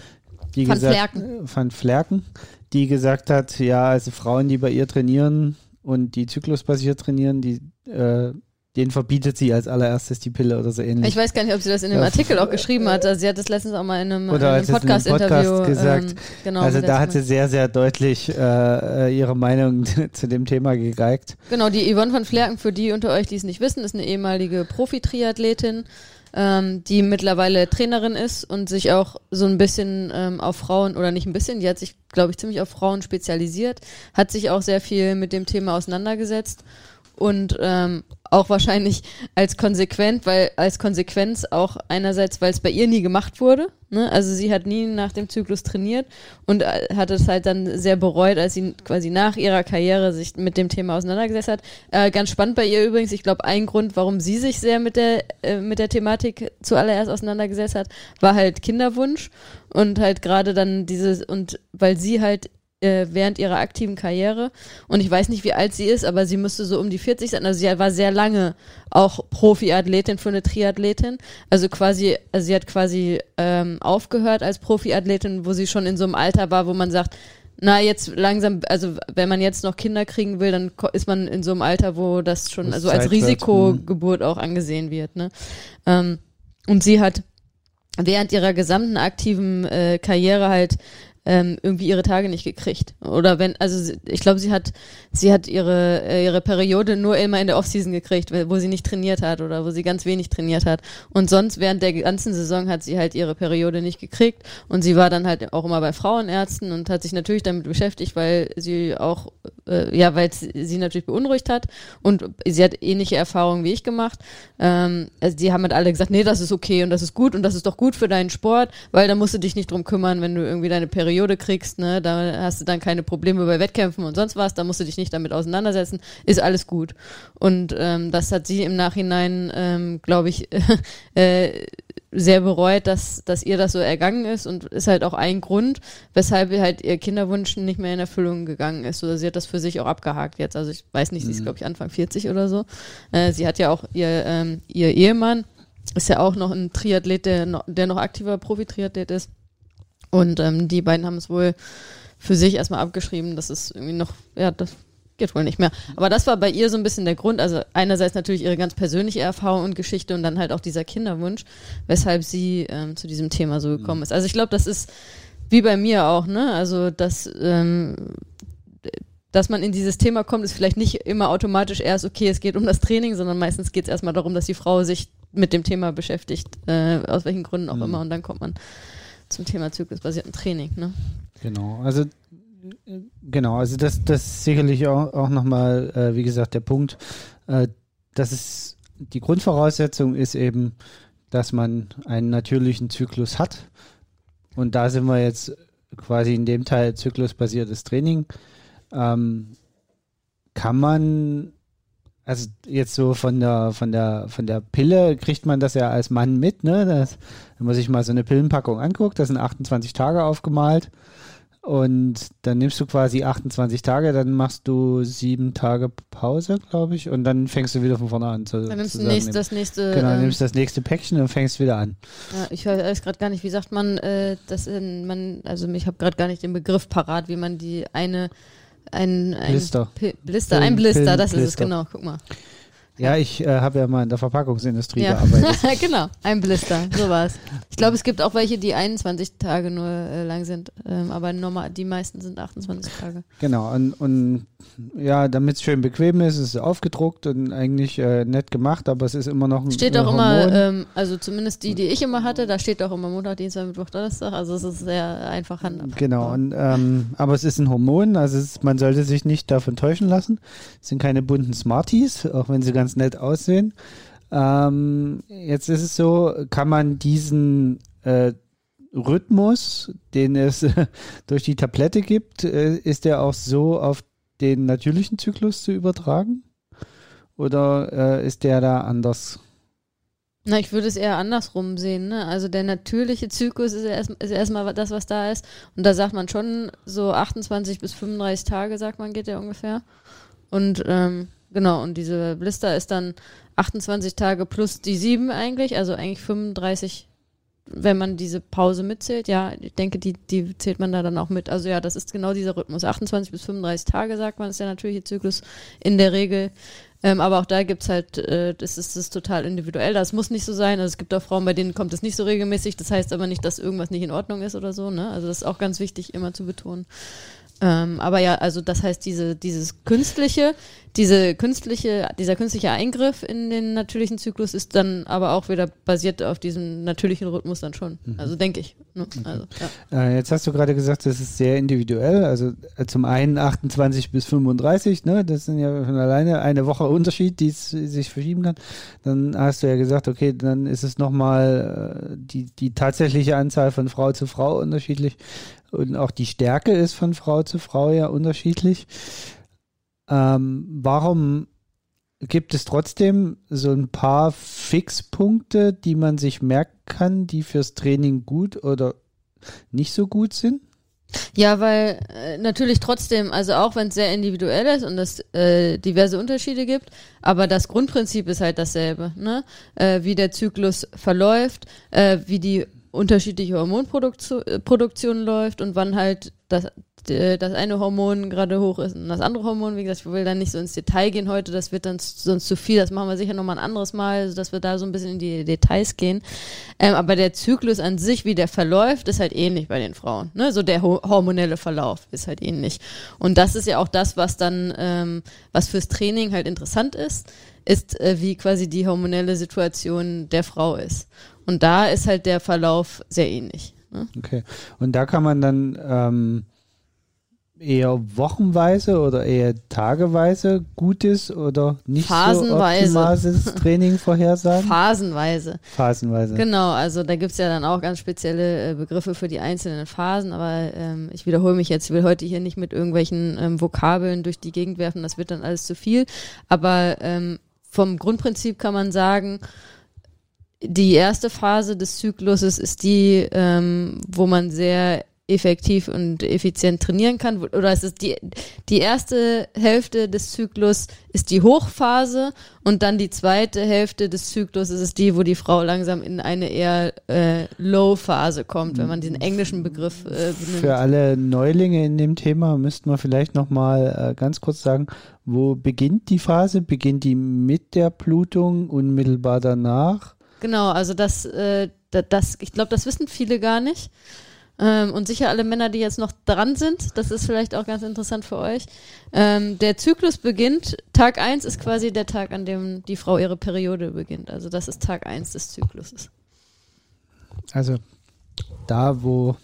van Flerken, die gesagt hat, ja, also Frauen, die bei ihr trainieren und die zyklusbasiert trainieren, denen verbietet sie als allererstes die Pille oder so ähnlich. Ich weiß gar nicht, ob sie das in dem Artikel auch geschrieben hat. Also sie hat das letztens auch mal in einem Podcast-Interview gesagt. Genau, also da hat sie sehr, sehr deutlich ihre Meinung zu dem Thema gegeigt. Genau, die Yvonne van Flerken, für die unter euch, die es nicht wissen, ist eine ehemalige Profi-Triathletin, die mittlerweile Trainerin ist und sich auch so ein bisschen auf Frauen, oder nicht ein bisschen, die hat sich, glaube ich, ziemlich auf Frauen spezialisiert, hat sich auch sehr viel mit dem Thema auseinandergesetzt und auch wahrscheinlich als Konsequenz auch einerseits, weil es bei ihr nie gemacht wurde, ne? Also sie hat nie nach dem Zyklus trainiert und hat es halt dann sehr bereut, als sie quasi nach ihrer Karriere sich mit dem Thema auseinandergesetzt hat. Ganz spannend bei ihr übrigens, ich glaube, ein Grund, warum sie sich sehr mit der Thematik zuallererst auseinandergesetzt hat, war halt Kinderwunsch und halt gerade dann und weil sie halt während ihrer aktiven Karriere, und ich weiß nicht, wie alt sie ist, aber sie müsste so um die 40 sein, also sie war sehr lange auch Profiathletin für eine Triathletin, also sie hat quasi aufgehört als Profiathletin, wo sie schon in so einem Alter war, wo man sagt, na jetzt langsam, also wenn man jetzt noch Kinder kriegen will, dann ist man in so einem Alter, wo das schon also als Risikogeburt auch angesehen wird, ne? Und sie hat während ihrer gesamten aktiven Karriere halt irgendwie ihre Tage nicht gekriegt. Oder ich glaube, sie hat ihre Periode nur immer in der Offseason gekriegt, wo sie nicht trainiert hat oder wo sie ganz wenig trainiert hat. Und sonst während der ganzen Saison hat sie halt ihre Periode nicht gekriegt. Und sie war dann halt auch immer bei Frauenärzten und hat sich natürlich damit beschäftigt, weil sie auch, weil sie natürlich beunruhigt hat. Und sie hat ähnliche Erfahrungen wie ich gemacht. Also die haben halt alle gesagt, nee, das ist okay und das ist gut und das ist doch gut für deinen Sport, weil da musst du dich nicht drum kümmern, wenn du irgendwie deine Periode kriegst, ne, da hast du dann keine Probleme bei Wettkämpfen und sonst was, da musst du dich nicht damit auseinandersetzen, ist alles gut. Und das hat sie im Nachhinein, glaube ich, sehr bereut, dass ihr das so ergangen ist und ist halt auch ein Grund, weshalb halt ihr Kinderwunsch nicht mehr in Erfüllung gegangen ist. Oder sie hat das für sich auch abgehakt jetzt. Also ich weiß nicht, sie ist, glaube ich, Anfang 40 oder so. Sie hat ja auch ihr Ehemann, ist ja auch noch ein Triathlet, der noch aktiver Profi-Triathlet ist. Und die beiden haben es wohl für sich erstmal abgeschrieben, das ist irgendwie noch, das geht wohl nicht mehr. Aber das war bei ihr so ein bisschen der Grund, also einerseits natürlich ihre ganz persönliche Erfahrung und Geschichte und dann halt auch dieser Kinderwunsch, weshalb sie zu diesem Thema so gekommen ist. Also ich glaube, das ist wie bei mir auch, ne, also dass man in dieses Thema kommt, ist vielleicht nicht immer automatisch erst, okay, es geht um das Training, sondern meistens geht es erstmal darum, dass die Frau sich mit dem Thema beschäftigt, aus welchen Gründen auch immer, und dann kommt man zum Thema zyklusbasierten Training, ne? Genau, also das ist sicherlich auch nochmal, wie gesagt, der Punkt, dass es die Grundvoraussetzung ist eben, dass man einen natürlichen Zyklus hat, und da sind wir jetzt quasi in dem Teil zyklusbasiertes Training, kann man, also jetzt so von der Pille kriegt man das ja als Mann mit, ne? Wenn man sich mal so eine Pillenpackung anguckt, das sind 28 Tage aufgemalt und dann nimmst du quasi 28 Tage, dann machst du 7 Tage Pause, glaube ich, und dann fängst du wieder von vorne an. Dann nimmst du das nächste. Genau, nimmst das nächste Päckchen und fängst wieder an. Ja, ich weiß gerade gar nicht, wie sagt man, also ich habe gerade gar nicht den Begriff parat, wie man die ein Blister. Ein Blister, das ist es, genau, guck mal. Ja, ich habe ja mal in der Verpackungsindustrie gearbeitet. Genau, ein Blister, sowas. Ich glaube, es gibt auch welche, die 21 Tage nur lang sind, aber normal, die meisten sind 28 Tage. Genau, und ja, damit es schön bequem ist es aufgedruckt und eigentlich nett gemacht, aber es ist immer noch ein steht auch immer, also zumindest die ich immer hatte, da steht auch immer Montag, Dienstag, Mittwoch, Donnerstag, also es ist sehr einfach handhabbar. Genau, und, aber es ist ein Hormon, also man sollte sich nicht davon täuschen lassen. Es sind keine bunten Smarties, auch wenn sie ganz nett aussehen. Jetzt ist es so, kann man diesen Rhythmus, den es durch die Tablette gibt, ist der auch so auf den natürlichen Zyklus zu übertragen? Oder ist der da anders? Na, ich würde es eher andersrum sehen, ne? Also der natürliche Zyklus ist erstmal das, was da ist. Und da sagt man schon so 28 bis 35 Tage, sagt man, geht der ungefähr. Und genau, und diese Blister ist dann 28 Tage plus die 7 eigentlich, also eigentlich 35, wenn man diese Pause mitzählt. Ja, ich denke, die zählt man da dann auch mit. Also ja, das ist genau dieser Rhythmus. 28 bis 35 Tage, sagt man, ist der natürliche Zyklus in der Regel. Aber auch da gibt's halt, das ist total individuell. Das muss nicht so sein. Also es gibt auch Frauen, bei denen kommt es nicht so regelmäßig. Das heißt aber nicht, dass irgendwas nicht in Ordnung ist oder so, ne? Also das ist auch ganz wichtig, immer zu betonen. Aber ja, also das heißt, dieser künstliche Eingriff in den natürlichen Zyklus ist dann aber auch wieder basiert auf diesem natürlichen Rhythmus dann schon. Also denke ich. Ne? Okay. Also, ja. Jetzt hast du gerade gesagt, das ist sehr individuell. Also zum einen 28 bis 35, ne? Das sind ja schon alleine eine Woche Unterschied, die es sich verschieben kann. Dann hast du ja gesagt, okay, dann ist es nochmal die tatsächliche Anzahl von Frau zu Frau unterschiedlich. Und auch die Stärke ist von Frau zu Frau ja unterschiedlich. Warum gibt es trotzdem so ein paar Fixpunkte, die man sich merken kann, die fürs Training gut oder nicht so gut sind? Ja, weil natürlich trotzdem, also auch wenn es sehr individuell ist und es diverse Unterschiede gibt, aber das Grundprinzip ist halt dasselbe, ne? Wie der Zyklus verläuft, wie die unterschiedliche Hormonproduktion läuft und wann halt das eine Hormon gerade hoch ist und das andere Hormon, wie gesagt, ich will da nicht so ins Detail gehen heute, das wird dann sonst zu viel, das machen wir sicher nochmal ein anderes Mal, dass wir da so ein bisschen in die Details gehen. Aber der Zyklus an sich, wie der verläuft, ist halt ähnlich bei den Frauen. Ne? So der hormonelle Verlauf ist halt ähnlich. Und das ist ja auch das, was dann, was fürs Training halt interessant ist, wie quasi die hormonelle Situation der Frau ist. Und da ist halt der Verlauf sehr ähnlich. Ne? Okay. Und da kann man dann eher wochenweise oder eher tageweise gutes oder nicht phasenweise. So optimales Training vorhersagen? Phasenweise. Genau, also da gibt's ja dann auch ganz spezielle Begriffe für die einzelnen Phasen, aber ich wiederhole mich jetzt, ich will heute hier nicht mit irgendwelchen Vokabeln durch die Gegend werfen, das wird dann alles zu viel, aber vom Grundprinzip kann man sagen, die erste Phase des Zykluses ist die, wo man sehr effektiv und effizient trainieren kann, oder es ist die erste Hälfte des Zyklus ist die Hochphase und dann die zweite Hälfte des Zyklus ist es die, wo die Frau langsam in eine eher Low-Phase kommt, wenn man diesen englischen Begriff benimmt. Für alle Neulinge in dem Thema müssten wir vielleicht nochmal ganz kurz sagen, wo beginnt die Phase? Beginnt die mit der Blutung, unmittelbar danach? Genau, also ich glaube, das wissen viele gar nicht. Und sicher alle Männer, die jetzt noch dran sind, das ist vielleicht auch ganz interessant für euch. Der Zyklus beginnt, Tag 1 ist quasi der Tag, an dem die Frau ihre Periode beginnt. Also das ist Tag 1 des Zykluses. Also da, wo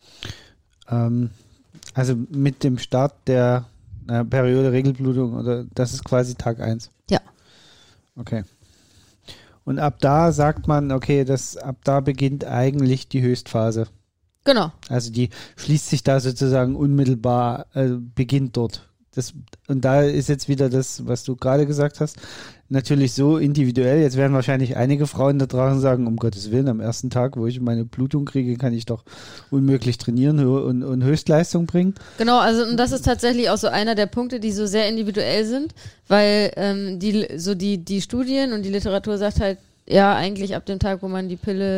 also mit dem Start der Periode, Regelblutung, oder das ist quasi Tag 1? Ja. Okay. Und ab da sagt man, okay, ab da beginnt eigentlich die Höchstphase. Genau. Also die schließt sich da sozusagen unmittelbar, beginnt dort. Und da ist jetzt wieder das, was du gerade gesagt hast, natürlich so individuell. Jetzt werden wahrscheinlich einige Frauen da draußen sagen, um Gottes Willen, am ersten Tag, wo ich meine Blutung kriege, kann ich doch unmöglich trainieren und Höchstleistung bringen. Genau, also und das ist tatsächlich auch so einer der Punkte, die so sehr individuell sind, weil die Studien und die Literatur sagt halt, ja, eigentlich ab dem Tag, wo man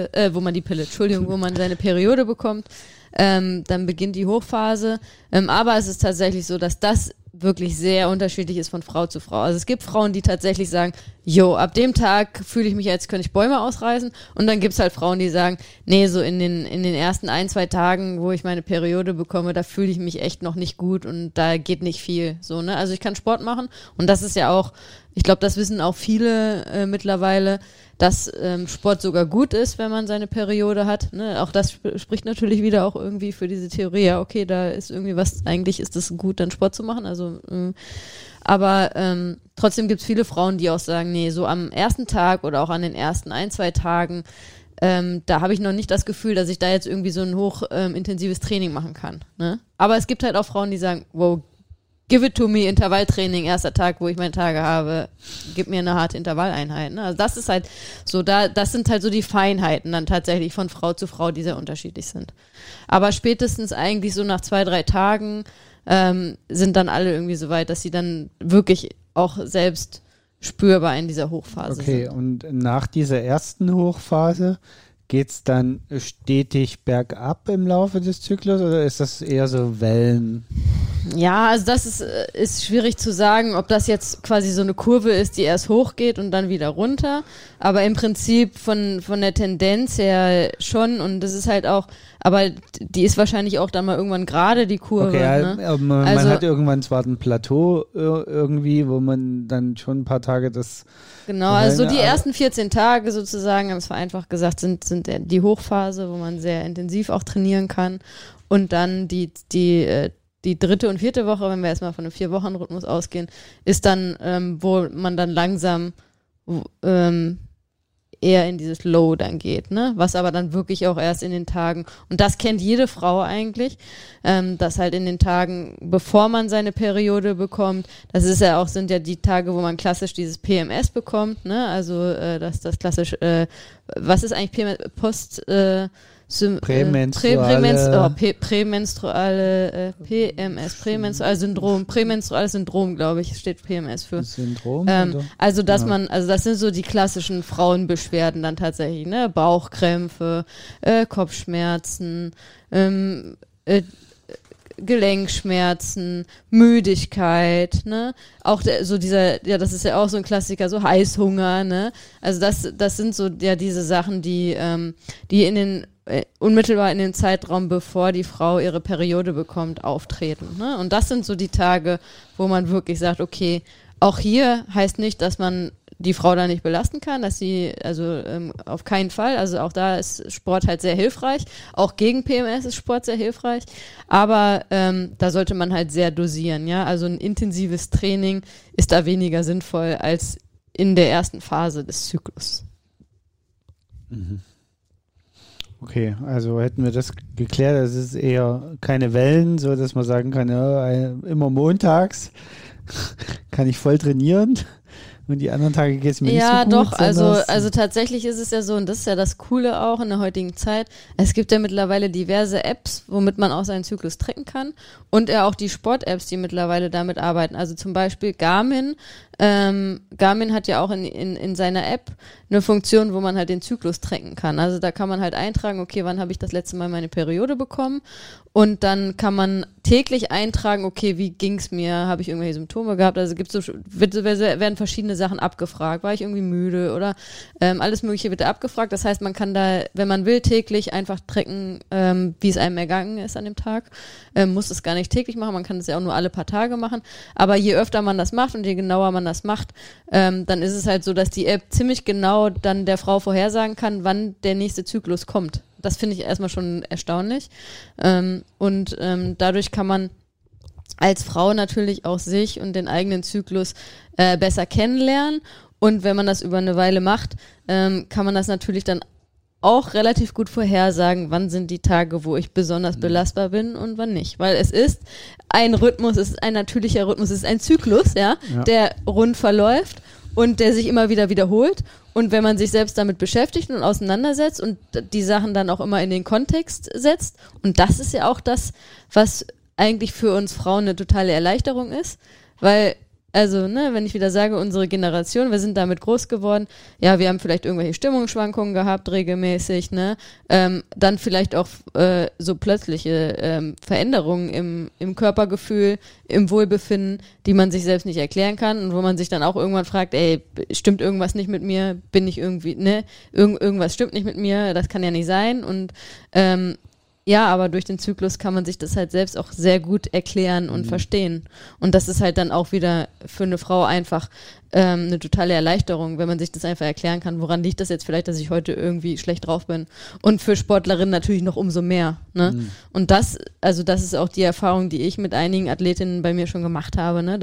seine Periode bekommt, dann beginnt die Hochphase. Aber es ist tatsächlich so, dass das wirklich sehr unterschiedlich ist von Frau zu Frau. Also es gibt Frauen, die tatsächlich sagen, ab dem Tag fühle ich mich, als könnte ich Bäume ausreißen. Und dann gibt's halt Frauen, die sagen, nee, so in den ersten 1-2 Tagen, wo ich meine Periode bekomme, da fühle ich mich echt noch nicht gut und da geht nicht viel. So, ne? Also ich kann Sport machen und das ist ja auch, ich glaube, das wissen auch viele mittlerweile, dass Sport sogar gut ist, wenn man seine Periode hat. Ne? Auch das spricht natürlich wieder auch irgendwie für diese Theorie. Ja, okay, da ist irgendwie was, eigentlich ist es gut, dann Sport zu machen. Also, aber trotzdem gibt es viele Frauen, die auch sagen, nee, so am ersten Tag oder auch an den ersten 1-2 Tagen, da habe ich noch nicht das Gefühl, dass ich da jetzt irgendwie so ein hochintensives Training machen kann. Ne? Aber es gibt halt auch Frauen, die sagen, wow, give it to me, Intervalltraining, erster Tag, wo ich meine Tage habe, gib mir eine harte Intervalleinheit. Ne? Also das ist halt so, das sind halt so die Feinheiten dann tatsächlich von Frau zu Frau, die sehr unterschiedlich sind. Aber spätestens eigentlich so nach 2-3 Tagen sind dann alle irgendwie so weit, dass sie dann wirklich auch selbst spürbar in dieser Hochphase sind. Okay, und nach dieser ersten Hochphase geht es dann stetig bergab im Laufe des Zyklus oder ist das eher so Wellen? Ja, also das ist schwierig zu sagen, ob das jetzt quasi so eine Kurve ist, die erst hochgeht und dann wieder runter. Aber im Prinzip von der Tendenz her schon. Und das ist halt auch, aber die ist wahrscheinlich auch dann mal irgendwann gerade, die Kurve. Okay, ne? aber man hat irgendwann zwar ein Plateau irgendwie, wo man dann schon ein paar Tage das... Genau, also so die ersten 14 Tage sozusagen, ganz vereinfacht gesagt, sind die Hochphase, wo man sehr intensiv auch trainieren kann. Und dann die dritte und vierte Woche, wenn wir erstmal von einem 4-Wochen-Rhythmus ausgehen, ist dann, wo man dann langsam eher in dieses Low dann geht, ne? Was aber dann wirklich auch erst in den Tagen, und das kennt jede Frau eigentlich, dass halt in den Tagen, bevor man seine Periode bekommt, sind ja die Tage, wo man klassisch dieses PMS bekommt, ne? Also das klassisch, was ist eigentlich PMS? Prämenstruales Syndrom, glaube ich, steht PMS für. Syndrom? Also das sind so die klassischen Frauenbeschwerden dann tatsächlich, ne? Bauchkrämpfe, Kopfschmerzen, Gelenkschmerzen, Müdigkeit, ne? Auch das ist ja auch so ein Klassiker, so Heißhunger, ne? Also das sind so ja diese Sachen, die unmittelbar in den Zeitraum, bevor die Frau ihre Periode bekommt, auftreten, ne? Und das sind so die Tage, wo man wirklich sagt, okay, auch hier heißt nicht, dass man die Frau da nicht belasten kann, dass sie, auf keinen Fall, also auch da ist Sport halt sehr hilfreich, auch gegen PMS ist Sport sehr hilfreich, aber da sollte man halt sehr dosieren, ja, also ein intensives Training ist da weniger sinnvoll als in der ersten Phase des Zyklus. Mhm. Okay, also hätten wir das geklärt, das ist eher keine Wellen, so dass man sagen kann, ja, immer montags kann ich voll trainieren und die anderen Tage geht es mir nicht so gut. Ja, doch, also tatsächlich ist es ja so, und das ist ja das Coole auch in der heutigen Zeit, es gibt ja mittlerweile diverse Apps, womit man auch seinen Zyklus tracken kann, und ja auch die Sport-Apps, die mittlerweile damit arbeiten, also zum Beispiel Garmin hat ja auch in seiner App eine Funktion, wo man halt den Zyklus tracken kann. Also da kann man halt eintragen, okay, wann habe ich das letzte Mal meine Periode bekommen, und dann kann man täglich eintragen, okay, wie ging's mir, habe ich irgendwelche Symptome gehabt, also werden verschiedene Sachen abgefragt, war ich irgendwie müde oder alles Mögliche wird da abgefragt, das heißt, man kann da, wenn man will, täglich einfach tracken, wie es einem ergangen ist an dem Tag, muss es gar nicht täglich machen, man kann es ja auch nur alle paar Tage machen, aber je öfter man das macht und je genauer man das macht, dann ist es halt so, dass die App ziemlich genau dann der Frau vorhersagen kann, wann der nächste Zyklus kommt. Das finde ich erstmal schon erstaunlich. Dadurch kann man als Frau natürlich auch sich und den eigenen Zyklus besser kennenlernen. Und wenn man das über eine Weile macht, kann man das natürlich dann auch relativ gut vorhersagen, wann sind die Tage, wo ich besonders belastbar bin und wann nicht. Weil es ist ein Rhythmus, es ist ein natürlicher Rhythmus, es ist ein Zyklus, ja. Der rund verläuft und der sich immer wieder wiederholt. Und wenn man sich selbst damit beschäftigt und auseinandersetzt und die Sachen dann auch immer in den Kontext setzt, und das ist ja auch das, was eigentlich für uns Frauen eine totale Erleichterung ist, weil, also, ne, wenn ich wieder sage, unsere Generation, wir sind damit groß geworden, ja, wir haben vielleicht irgendwelche Stimmungsschwankungen gehabt, regelmäßig, ne, dann vielleicht auch so plötzliche Veränderungen im Körpergefühl, im Wohlbefinden, die man sich selbst nicht erklären kann und wo man sich dann auch irgendwann fragt, ey, stimmt irgendwas nicht mit mir, bin ich irgendwie, ne, irgendwas stimmt nicht mit mir, das kann ja nicht sein, und ja, aber durch den Zyklus kann man sich das halt selbst auch sehr gut erklären und verstehen. Und das ist halt dann auch wieder für eine Frau einfach eine totale Erleichterung, wenn man sich das einfach erklären kann. Woran liegt das jetzt vielleicht, dass ich heute irgendwie schlecht drauf bin? Und für Sportlerinnen natürlich noch umso mehr. Ne? Und das ist auch die Erfahrung, die ich mit einigen Athletinnen bei mir schon gemacht habe. Ne?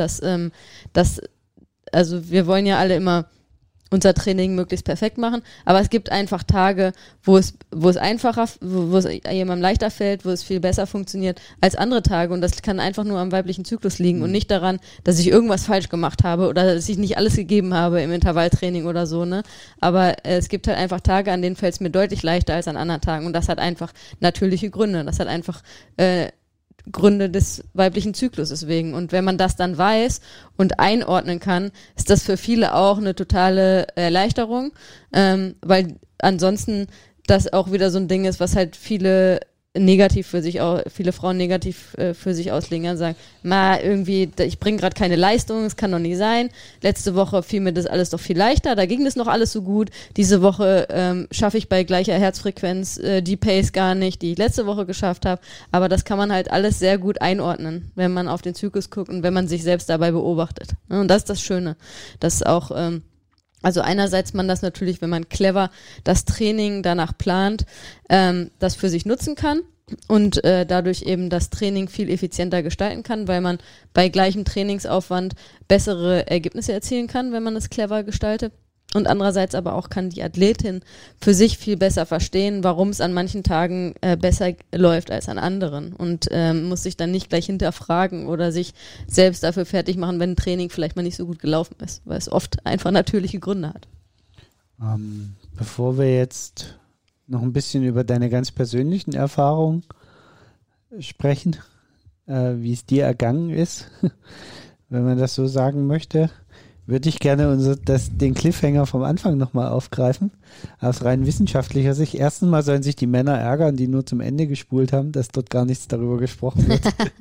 Also wir wollen ja alle immer unser Training möglichst perfekt machen, aber es gibt einfach Tage, wo es einfacher, wo es jemandem leichter fällt, wo es viel besser funktioniert als andere Tage, und das kann einfach nur am weiblichen Zyklus liegen und nicht daran, dass ich irgendwas falsch gemacht habe oder dass ich nicht alles gegeben habe im Intervalltraining oder so, ne? Aber es gibt halt einfach Tage, an denen fällt es mir deutlich leichter als an anderen Tagen, und das hat einfach natürliche Gründe, das hat einfach Gründe des weiblichen Zyklus deswegen. Und wenn man das dann weiß und einordnen kann, ist das für viele auch eine totale Erleichterung, weil ansonsten das auch wieder so ein Ding ist, was halt viele viele Frauen negativ für sich auslegen und sagen, irgendwie, ich bringe gerade keine Leistung, es kann doch nicht sein. Letzte Woche fiel mir das alles doch viel leichter, da ging das noch alles so gut. Diese Woche schaffe ich bei gleicher Herzfrequenz die Pace gar nicht, die ich letzte Woche geschafft habe. Aber das kann man halt alles sehr gut einordnen, wenn man auf den Zyklus guckt und wenn man sich selbst dabei beobachtet. Und das ist das Schöne, dass auch also einerseits man das natürlich, wenn man clever das Training danach plant, das für sich nutzen kann und dadurch eben das Training viel effizienter gestalten kann, weil man bei gleichem Trainingsaufwand bessere Ergebnisse erzielen kann, wenn man es clever gestaltet. Und andererseits aber auch kann die Athletin für sich viel besser verstehen, warum es an manchen Tagen besser läuft als an anderen und muss sich dann nicht gleich hinterfragen oder sich selbst dafür fertig machen, wenn ein Training vielleicht mal nicht so gut gelaufen ist, weil es oft einfach natürliche Gründe hat. Bevor wir jetzt noch ein bisschen über deine ganz persönlichen Erfahrungen sprechen, wie es dir ergangen ist, wenn man das so sagen möchte, würde ich gerne den Cliffhanger vom Anfang nochmal aufgreifen, aus rein wissenschaftlicher Sicht. Erstens mal sollen sich die Männer ärgern, die nur zum Ende gespult haben, dass dort gar nichts darüber gesprochen wird.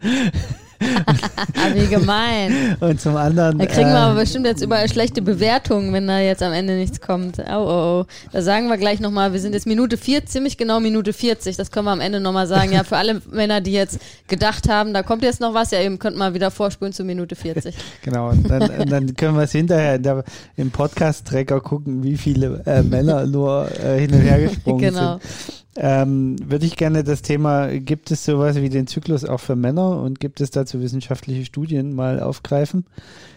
Wie gemein. Und zum anderen... Da kriegen wir aber bestimmt jetzt überall schlechte Bewertungen, wenn da jetzt am Ende nichts kommt. Oh. Da sagen wir gleich nochmal, wir sind jetzt ziemlich genau Minute 40, das können wir am Ende nochmal sagen. Ja, für alle Männer, die jetzt gedacht haben, da kommt jetzt noch was, ja, ihr könnt mal wieder vorspulen zu Minute 40. Genau, und dann können wir es hinterher im Podcast-Tracker gucken, wie viele Männer nur hin und her gesprungen sind. Würde ich gerne das Thema, gibt es sowas wie den Zyklus auch für Männer und gibt es dazu wissenschaftliche Studien mal aufgreifen?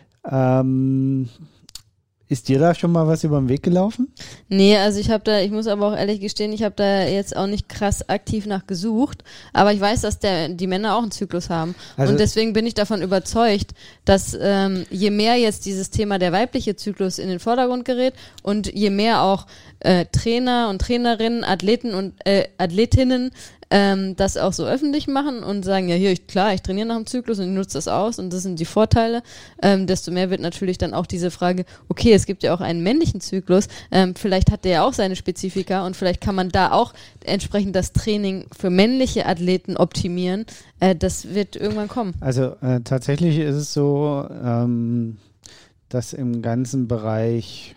Ist dir da schon mal was über den Weg gelaufen? Nee, also ich muss aber auch ehrlich gestehen, ich habe da jetzt auch nicht krass aktiv nach gesucht, aber ich weiß, dass die Männer auch einen Zyklus haben. Also und deswegen bin ich davon überzeugt, dass je mehr jetzt dieses Thema der weibliche Zyklus in den Vordergrund gerät und je mehr auch Trainer und Trainerinnen, Athleten und Athletinnen das auch so öffentlich machen und sagen, ja hier, ich trainiere nach dem Zyklus und ich nutze das aus und das sind die Vorteile, desto mehr wird natürlich dann auch diese Frage, okay, es gibt ja auch einen männlichen Zyklus, vielleicht hat der ja auch seine Spezifika und vielleicht kann man da auch entsprechend das Training für männliche Athleten optimieren, das wird irgendwann kommen. Also tatsächlich ist es so, dass im ganzen Bereich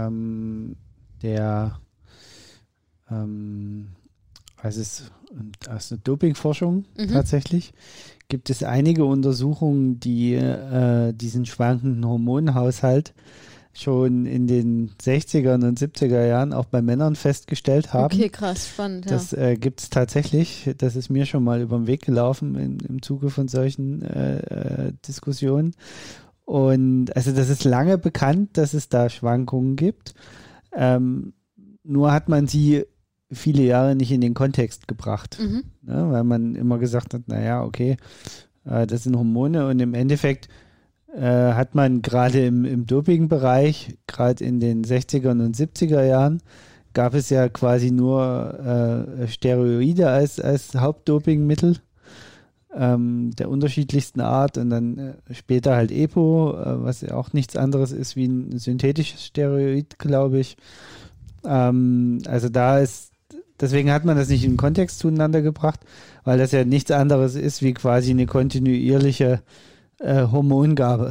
aus der Dopingforschung tatsächlich, gibt es einige Untersuchungen, die diesen schwankenden Hormonhaushalt schon in den 60er und 70er Jahren auch bei Männern festgestellt haben. Okay, krass, spannend, ja. Das gibt es tatsächlich, das ist mir schon mal über den Weg gelaufen im Zuge von solchen Diskussionen. Und also das ist lange bekannt, dass es da Schwankungen gibt. Nur hat man sie viele Jahre nicht in den Kontext gebracht, ne, weil man immer gesagt hat, naja, okay, das sind Hormone und im Endeffekt hat man gerade im Doping-Bereich, gerade in den 60er und 70er Jahren, gab es ja quasi nur Steroide als Hauptdopingmittel der unterschiedlichsten Art und dann später halt EPO, was ja auch nichts anderes ist wie ein synthetisches Steroid, glaube ich. Also deswegen hat man das nicht in den Kontext zueinander gebracht, weil das ja nichts anderes ist wie quasi eine kontinuierliche Hormongabe.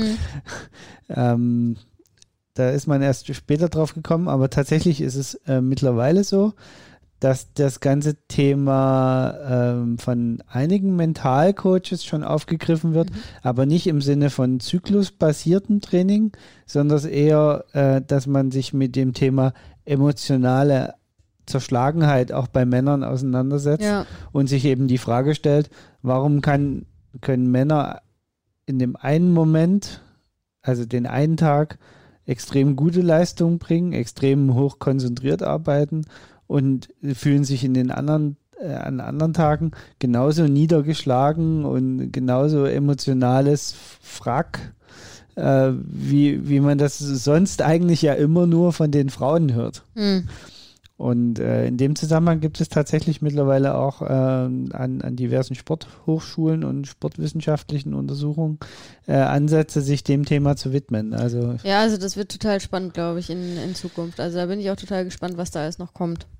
Da ist man erst später drauf gekommen, aber tatsächlich ist es mittlerweile so, dass das ganze Thema von einigen Mentalcoaches schon aufgegriffen wird, aber nicht im Sinne von zyklusbasiertem Training, sondern eher, dass man sich mit dem Thema emotionale Zerschlagenheit auch bei Männern auseinandersetzt und sich eben die Frage stellt, warum können Männer in dem einen Moment, also den einen Tag, extrem gute Leistungen bringen, extrem hoch konzentriert arbeiten und fühlen sich in den an anderen Tagen genauso niedergeschlagen und genauso emotionales Wrack, wie man das sonst eigentlich ja immer nur von den Frauen hört. Und in dem Zusammenhang gibt es tatsächlich mittlerweile auch an diversen Sporthochschulen und sportwissenschaftlichen Untersuchungen Ansätze, sich dem Thema zu widmen. Also das wird total spannend, glaube ich, in Zukunft. Also da bin ich auch total gespannt, was da alles noch kommt.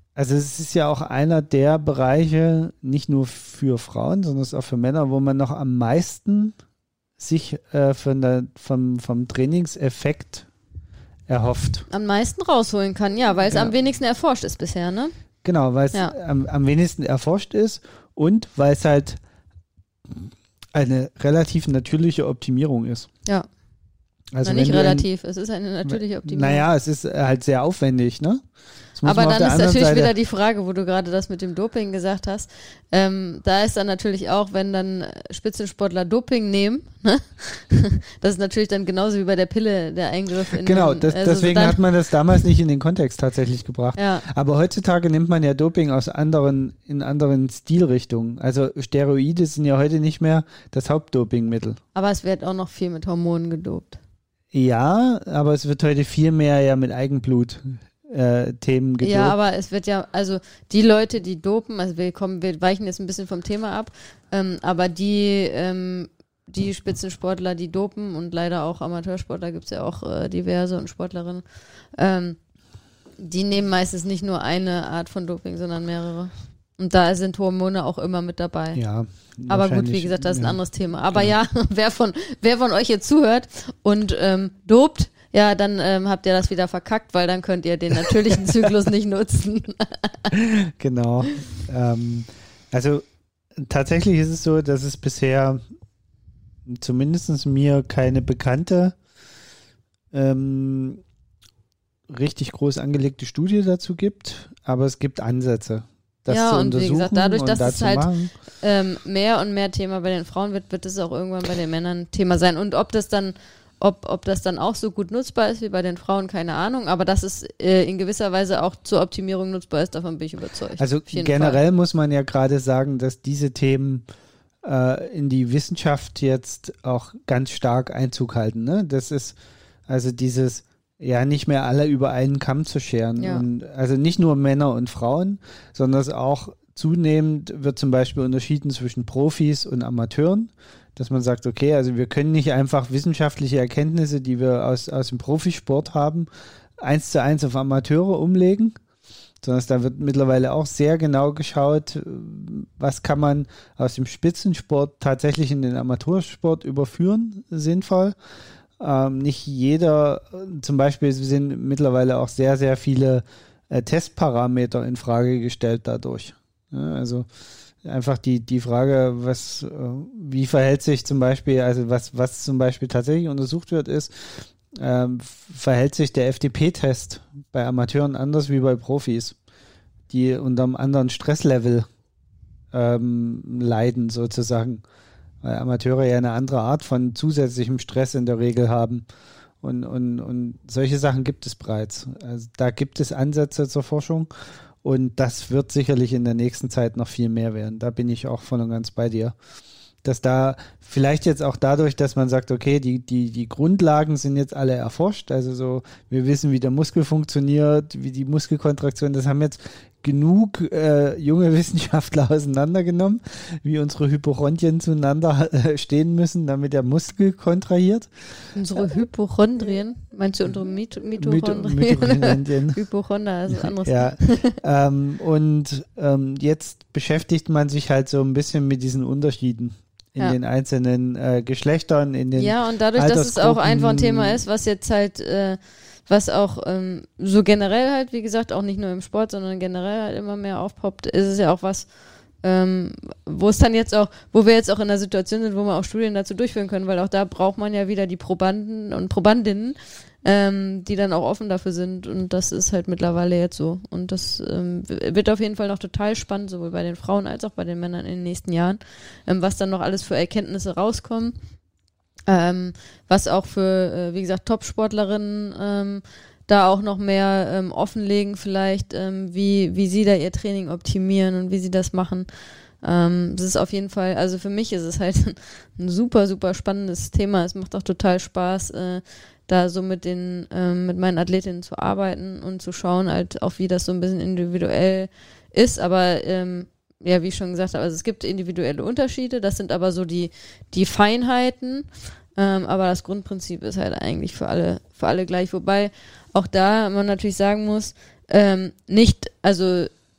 Also es ist ja auch einer der Bereiche, nicht nur für Frauen, sondern es ist auch für Männer, wo man noch am meisten sich vom Trainingseffekt erhofft. Am meisten rausholen kann, ja, weil es am wenigsten erforscht ist bisher, ne? Genau, weil es am wenigsten erforscht ist und weil es halt eine relativ natürliche Optimierung ist. Ja. Also nicht relativ, es ist eine natürliche Optimierung. Naja, es ist halt sehr aufwendig, ne? Aber dann ist natürlich wieder die Frage, wo du gerade das mit dem Doping gesagt hast. Da ist dann natürlich auch, wenn dann Spitzensportler Doping nehmen, ne? Das ist natürlich dann genauso wie bei der Pille der Eingriff in Genau, deswegen hat man das damals nicht in den Kontext tatsächlich gebracht. Ja. Aber heutzutage nimmt man ja Doping in anderen Stilrichtungen. Also Steroide sind ja heute nicht mehr das Hauptdopingmittel. Aber es wird auch noch viel mit Hormonen gedopt. Ja, aber es wird heute viel mehr ja mit Eigenblut Themen gedopt. Ja, aber es wird ja, also die Leute, die dopen, also wir weichen jetzt ein bisschen vom Thema ab, aber die Spitzensportler, die dopen und leider auch Amateursportler, gibt es ja auch diverse und Sportlerinnen, die nehmen meistens nicht nur eine Art von Doping, sondern mehrere. Und da sind Hormone auch immer mit dabei. Ja. Aber gut, wie gesagt, das ist ein anderes Thema. Aber ja, wer von euch jetzt zuhört und dopt, ja, dann habt ihr das wieder verkackt, weil dann könnt ihr den natürlichen Zyklus nicht nutzen. Genau. Also tatsächlich ist es so, dass es bisher zumindest mir keine bekannte richtig groß angelegte Studie dazu gibt, aber es gibt Ansätze. Das ja, zu und wie gesagt, dadurch, dass es halt mehr und mehr Thema bei den Frauen wird es auch irgendwann bei den Männern Thema sein. Und ob das dann auch so gut nutzbar ist wie bei den Frauen, keine Ahnung, aber dass es in gewisser Weise auch zur Optimierung nutzbar ist, davon bin ich überzeugt. Also generell muss man ja gerade sagen, dass diese Themen in die Wissenschaft jetzt auch ganz stark Einzug halten. Ne? Das ist also dieses ja nicht mehr alle über einen Kamm zu scheren. Ja. Und also nicht nur Männer und Frauen, sondern es auch zunehmend wird zum Beispiel unterschieden zwischen Profis und Amateuren, dass man sagt, okay, also wir können nicht einfach wissenschaftliche Erkenntnisse, die wir aus dem Profisport haben, 1:1 auf Amateure umlegen, sondern da wird mittlerweile auch sehr genau geschaut, was kann man aus dem Spitzensport tatsächlich in den Amateursport überführen, sinnvoll. Nicht jeder, zum Beispiel sind mittlerweile auch sehr, sehr viele Testparameter in Frage gestellt dadurch. Ja, also einfach die Frage, wie verhält sich zum Beispiel, also was zum Beispiel tatsächlich untersucht wird, ist, verhält sich der FTP-Test bei Amateuren anders wie bei Profis, die unter einem anderen Stresslevel leiden sozusagen. Weil Amateure ja eine andere Art von zusätzlichem Stress in der Regel haben. Und solche Sachen gibt es bereits. Also da gibt es Ansätze zur Forschung und das wird sicherlich in der nächsten Zeit noch viel mehr werden. Da bin ich auch voll und ganz bei dir. Dass da vielleicht jetzt auch dadurch, dass man sagt, okay, die Grundlagen sind jetzt alle erforscht, also so, wir wissen, wie der Muskel funktioniert, wie die Muskelkontraktion, das haben jetzt genug junge Wissenschaftler auseinandergenommen, wie unsere Hypochondrien zueinander stehen müssen, damit der Muskel kontrahiert. Unsere Hypochondrien? Meinst du unsere Mitochondrien? Hypochonder ist ein anderes. Ja. Und jetzt beschäftigt man sich halt so ein bisschen mit diesen Unterschieden in den einzelnen Geschlechtern, in den ja, und dadurch, dass es auch einfach ein Thema ist, was jetzt halt was auch so generell halt, wie gesagt, auch nicht nur im Sport, sondern generell halt immer mehr aufpoppt, ist es ja auch was, wo es dann jetzt auch, wo wir jetzt auch in der Situation sind, wo wir auch Studien dazu durchführen können, weil auch da braucht man ja wieder die Probanden und Probandinnen, die dann auch offen dafür sind und das ist halt mittlerweile jetzt so und das wird auf jeden Fall noch total spannend, sowohl bei den Frauen als auch bei den Männern in den nächsten Jahren, was dann noch alles für Erkenntnisse rauskommen. Was auch für, wie gesagt, Top-Sportlerinnen da auch noch mehr offenlegen vielleicht, wie sie da ihr Training optimieren und wie sie das machen. Das ist auf jeden Fall, also für mich ist es halt ein super, super spannendes Thema. Es macht auch total Spaß, da so mit meinen Athletinnen zu arbeiten und zu schauen halt auch, wie das so ein bisschen individuell ist, aber ja, wie ich schon gesagt habe, also es gibt individuelle Unterschiede, das sind aber so die Feinheiten, aber das Grundprinzip ist halt eigentlich für alle gleich, wobei auch da man natürlich sagen muss, nicht, also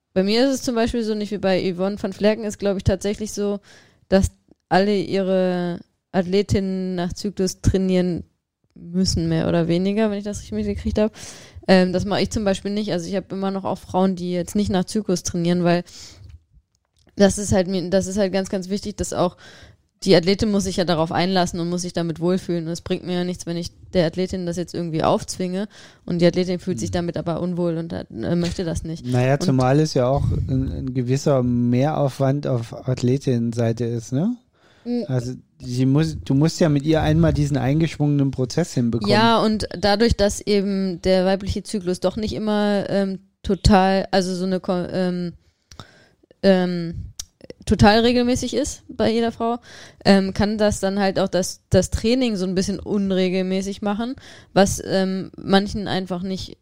bei mir ist es zum Beispiel so, nicht wie bei Yvonne van Vlerken, ist glaube ich tatsächlich so, dass alle ihre Athletinnen nach Zyklus trainieren müssen, mehr oder weniger, wenn ich das richtig mitgekriegt habe. Das mache ich zum Beispiel nicht. Also ich habe immer noch auch Frauen, die jetzt nicht nach Zyklus trainieren, weil das ist halt ganz, ganz wichtig, dass auch die Athletin muss sich ja darauf einlassen und muss sich damit wohlfühlen. Und es bringt mir ja nichts, wenn ich der Athletin das jetzt irgendwie aufzwinge und die Athletin fühlt sich damit aber unwohl und möchte das nicht. Naja, zumal es ja auch ein gewisser Mehraufwand auf Athletinnenseite ist, ne? Also du musst ja mit ihr einmal diesen eingeschwungenen Prozess hinbekommen. Ja, und dadurch, dass eben der weibliche Zyklus doch nicht immer total, also so eine total regelmäßig ist bei jeder Frau, kann das dann halt auch das Training so ein bisschen unregelmäßig machen, was manchen einfach nicht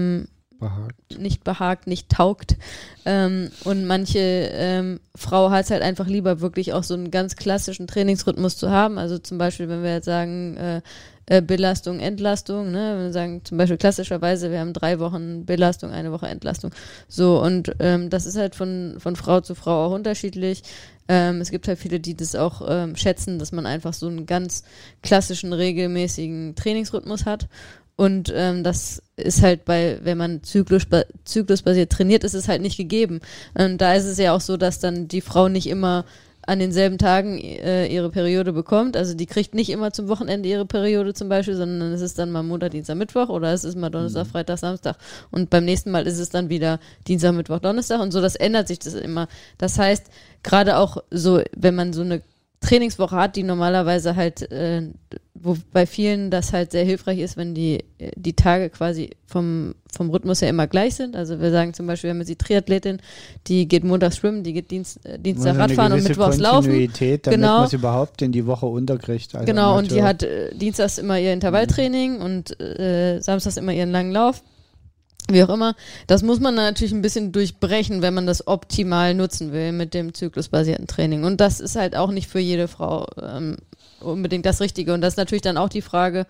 behagt, nicht taugt. Und manche Frau hat es halt einfach lieber, wirklich auch so einen ganz klassischen Trainingsrhythmus zu haben. Also zum Beispiel, wenn wir jetzt sagen, Belastung, Entlastung, ne? Wenn wir sagen, zum Beispiel klassischerweise, wir haben 3 Wochen Belastung, 1 Woche Entlastung. So, und das ist halt von Frau zu Frau auch unterschiedlich. Es gibt halt viele, die das auch schätzen, dass man einfach so einen ganz klassischen, regelmäßigen Trainingsrhythmus hat. Und das ist halt wenn man zyklusbasiert trainiert, ist es halt nicht gegeben. Da ist es ja auch so, dass dann die Frau nicht immer an denselben Tagen ihre Periode bekommt. Also die kriegt nicht immer zum Wochenende ihre Periode zum Beispiel, sondern es ist dann mal Montag, Dienstag, Mittwoch oder es ist mal Donnerstag, Freitag, Samstag und beim nächsten Mal ist es dann wieder Dienstag, Mittwoch, Donnerstag und so, das ändert sich das immer. Das heißt, gerade auch so, wenn man so eine Trainingswoche hat, die normalerweise halt, wo bei vielen das halt sehr hilfreich ist, wenn die Tage quasi vom Rhythmus her immer gleich sind. Also wir sagen zum Beispiel, wir haben jetzt die Triathletin, die geht montags schwimmen, die geht Dienstag Radfahren und mittwochs laufen. Damit genau. Man es überhaupt in die Woche unterkriegt. Also genau, und die hat dienstags immer ihr Intervalltraining und samstags immer ihren langen Lauf. Wie auch immer, das muss man natürlich ein bisschen durchbrechen, wenn man das optimal nutzen will mit dem zyklusbasierten Training. Und das ist halt auch nicht für jede Frau unbedingt das Richtige. Und das ist natürlich dann auch die Frage,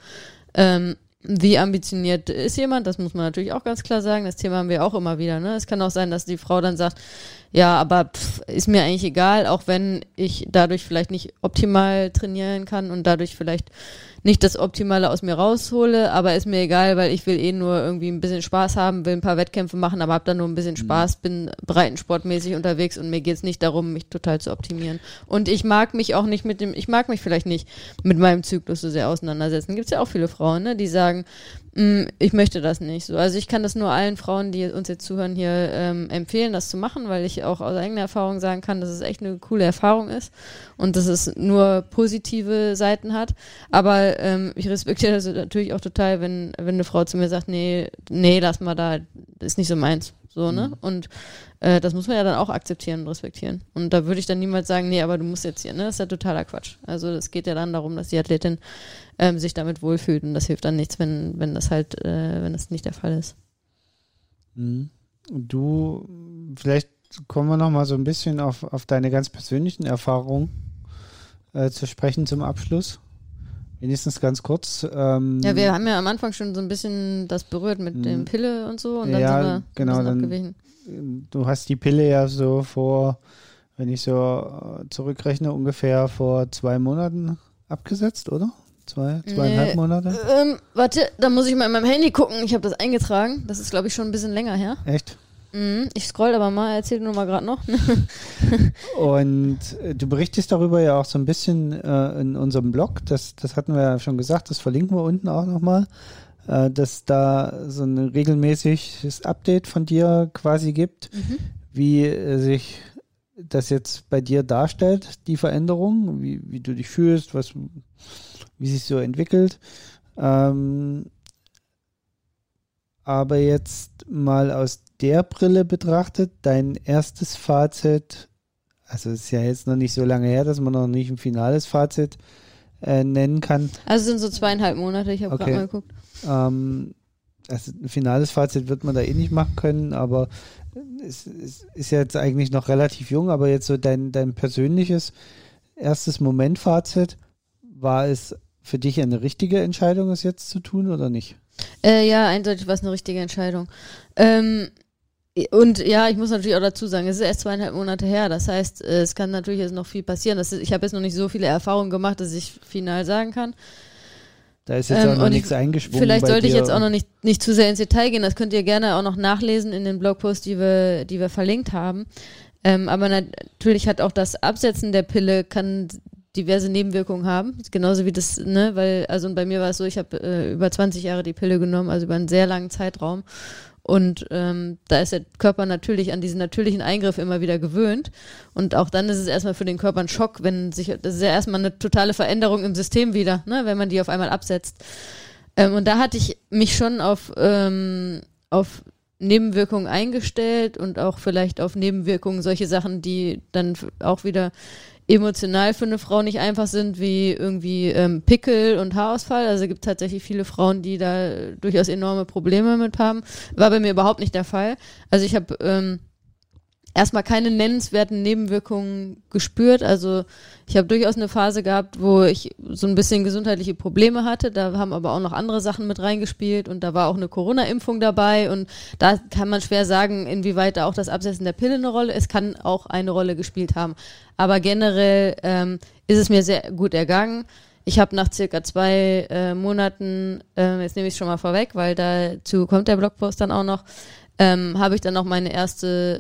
wie ambitioniert ist jemand? Das muss man natürlich auch ganz klar sagen. Das Thema haben wir auch immer wieder. Ne? Es kann auch sein, dass die Frau dann sagt, ja, aber ist mir eigentlich egal, auch wenn ich dadurch vielleicht nicht optimal trainieren kann und dadurch vielleicht nicht das Optimale aus mir raushole, aber ist mir egal, weil ich will nur irgendwie ein bisschen Spaß haben, will ein paar Wettkämpfe machen, aber hab dann nur ein bisschen Spaß, bin breitensportmäßig unterwegs und mir geht's nicht darum, mich total zu optimieren. Und ich mag mich vielleicht nicht mit meinem Zyklus so sehr auseinandersetzen. Gibt's ja auch viele Frauen, ne, die sagen, ich möchte das nicht so. Also ich kann das nur allen Frauen, die uns jetzt zuhören, hier empfehlen, das zu machen, weil ich auch aus eigener Erfahrung sagen kann, dass es echt eine coole Erfahrung ist und dass es nur positive Seiten hat. Aber ich respektiere das natürlich auch total, wenn eine Frau zu mir sagt, nee, lass mal da, das ist nicht so meins. So, ne? Und das muss man ja dann auch akzeptieren und respektieren. Und da würde ich dann niemals sagen, nee, aber du musst jetzt hier, ne? Das ist ja totaler Quatsch. Also es geht ja dann darum, dass die Athletin sich damit wohlfühlt und das hilft dann nichts, wenn das halt, wenn das nicht der Fall ist. Du, vielleicht kommen wir noch mal so ein bisschen auf deine ganz persönlichen Erfahrungen zu sprechen zum Abschluss. Wenigstens ganz kurz. Ja, wir haben ja am Anfang schon so ein bisschen das berührt mit dem Pille und so und dann sind wir genau, ein bisschen abgewichen. Du hast die Pille ja so vor, wenn ich so zurückrechne, ungefähr vor 2 Monaten abgesetzt, oder? 2,5 Monate? Warte, da muss ich mal in meinem Handy gucken. Ich habe das eingetragen. Das ist, glaube ich, schon ein bisschen länger her. Echt? Ich scroll aber mal, erzähl nur mal gerade noch. Und du berichtest darüber ja auch so ein bisschen in unserem Blog, das hatten wir ja schon gesagt, das verlinken wir unten auch nochmal, dass da so ein regelmäßiges Update von dir quasi gibt, wie sich das jetzt bei dir darstellt, die Veränderung, wie du dich fühlst, wie sich so entwickelt. Aber jetzt mal aus der Brille betrachtet, dein erstes Fazit, also es ist ja jetzt noch nicht so lange her, dass man noch nicht ein finales Fazit nennen kann. Also sind so 2,5 Monate, ich habe gerade mal geguckt. Also ein finales Fazit wird man da eh nicht machen können, aber es ist ja jetzt eigentlich noch relativ jung, aber jetzt so dein persönliches erstes Momentfazit, war es für dich eine richtige Entscheidung, es jetzt zu tun oder nicht? Ja, eindeutig war es eine richtige Entscheidung. Und ja, ich muss natürlich auch dazu sagen, es ist erst 2,5 Monate her. Das heißt, es kann natürlich jetzt noch viel passieren. Ich habe jetzt noch nicht so viele Erfahrungen gemacht, dass ich final sagen kann. Da ist jetzt auch noch nichts eingeschwungen. Vielleicht sollte ich jetzt auch noch nicht zu sehr ins Detail gehen. Das könnt ihr gerne auch noch nachlesen in den Blogposts, die wir verlinkt haben. Aber natürlich hat auch das Absetzen der Pille kann diverse Nebenwirkungen haben. Genauso wie das, ne, und bei mir war es so, ich habe über 20 Jahre die Pille genommen, also über einen sehr langen Zeitraum. Und da ist der Körper natürlich an diesen natürlichen Eingriff immer wieder gewöhnt. Und auch dann ist es erstmal für den Körper ein Schock, das ist ja erstmal eine totale Veränderung im System wieder, ne, wenn man die auf einmal absetzt. Und da hatte ich mich schon auf Nebenwirkungen eingestellt und auch vielleicht auf Nebenwirkungen, solche Sachen, die dann auch wieder emotional für eine Frau nicht einfach sind, wie irgendwie Pickel und Haarausfall. Also es gibt tatsächlich viele Frauen, die da durchaus enorme Probleme mit haben. War bei mir überhaupt nicht der Fall. Also ich habe erstmal keine nennenswerten Nebenwirkungen gespürt. Also ich habe durchaus eine Phase gehabt, wo ich so ein bisschen gesundheitliche Probleme hatte. Da haben aber auch noch andere Sachen mit reingespielt und da war auch eine Corona-Impfung dabei und da kann man schwer sagen, inwieweit da auch das Absetzen der Pille eine Rolle. Es kann auch eine Rolle gespielt haben. Aber generell ist es mir sehr gut ergangen. Ich habe nach circa 2 Monaten, jetzt nehme ich es schon mal vorweg, weil dazu kommt der Blogpost dann auch noch, habe ich dann auch meine erste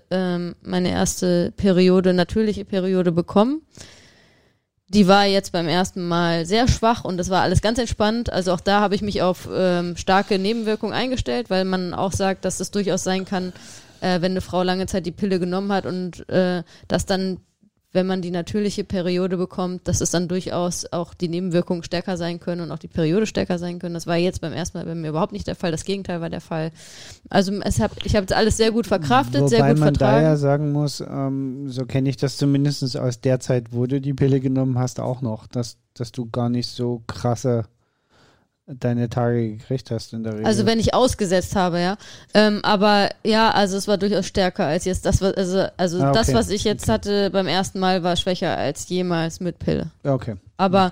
Periode, natürliche Periode bekommen. Die war jetzt beim ersten Mal sehr schwach und das war alles ganz entspannt. Also auch da habe ich mich auf starke Nebenwirkungen eingestellt, weil man auch sagt, dass das durchaus sein kann, wenn eine Frau lange Zeit die Pille genommen hat und dass dann, wenn man die natürliche Periode bekommt, dass es dann durchaus auch die Nebenwirkungen stärker sein können und auch die Periode stärker sein können. Das war jetzt beim ersten Mal bei mir überhaupt nicht der Fall. Das Gegenteil war der Fall. Also ich habe das alles sehr gut verkraftet, sehr gut vertragen. Wobei man da ja sagen muss, so kenne ich das zumindest aus der Zeit, wo du die Pille genommen hast, auch noch, dass du gar nicht so krasse deine Tage gekriegt hast in der Regel. Also wenn ich ausgesetzt habe, ja. Aber ja, also es war durchaus stärker als jetzt das, das, was ich jetzt hatte beim ersten Mal, war schwächer als jemals mit Pille. Okay. Aber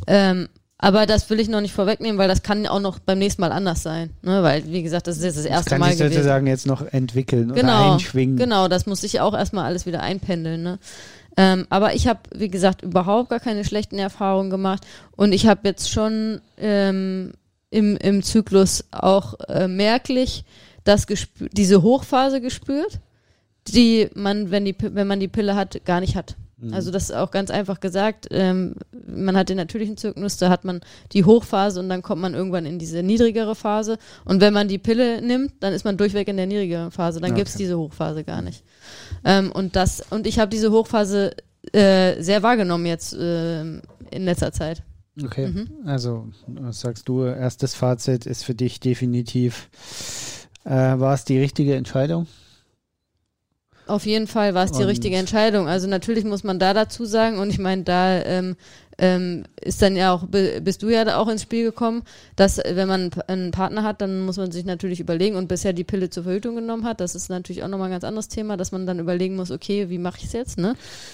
das will ich noch nicht vorwegnehmen, weil das kann auch noch beim nächsten Mal anders sein. Ne? Weil, wie gesagt, das ist jetzt das erste Mal gewesen. Kann sich sozusagen jetzt noch entwickeln oder einschwingen. Genau, das muss sich auch erstmal alles wieder einpendeln. Ne? Aber ich habe, wie gesagt, überhaupt gar keine schlechten Erfahrungen gemacht und ich habe jetzt schon im Zyklus auch merklich diese Hochphase gespürt, die man, wenn man die Pille hat, gar nicht hat. Also das ist auch ganz einfach gesagt, man hat den natürlichen Zyklus, da hat man die Hochphase und dann kommt man irgendwann in diese niedrigere Phase und wenn man die Pille nimmt, dann ist man durchweg in der niedrigeren Phase, dann gibt's diese Hochphase gar nicht. Und ich habe diese Hochphase sehr wahrgenommen jetzt in letzter Zeit. Okay, also was sagst du, erstes Fazit ist für dich definitiv, war es die richtige Entscheidung? Auf jeden Fall war es die richtige Entscheidung. Also natürlich muss man da dazu sagen, und ich meine, da ist dann ja auch, bist du ja da auch ins Spiel gekommen, dass wenn man einen Partner hat, dann muss man sich natürlich überlegen und bisher die Pille zur Verhütung genommen hat, das ist natürlich auch nochmal ein ganz anderes Thema, dass man dann überlegen muss, okay, wie mache ich es jetzt, ne?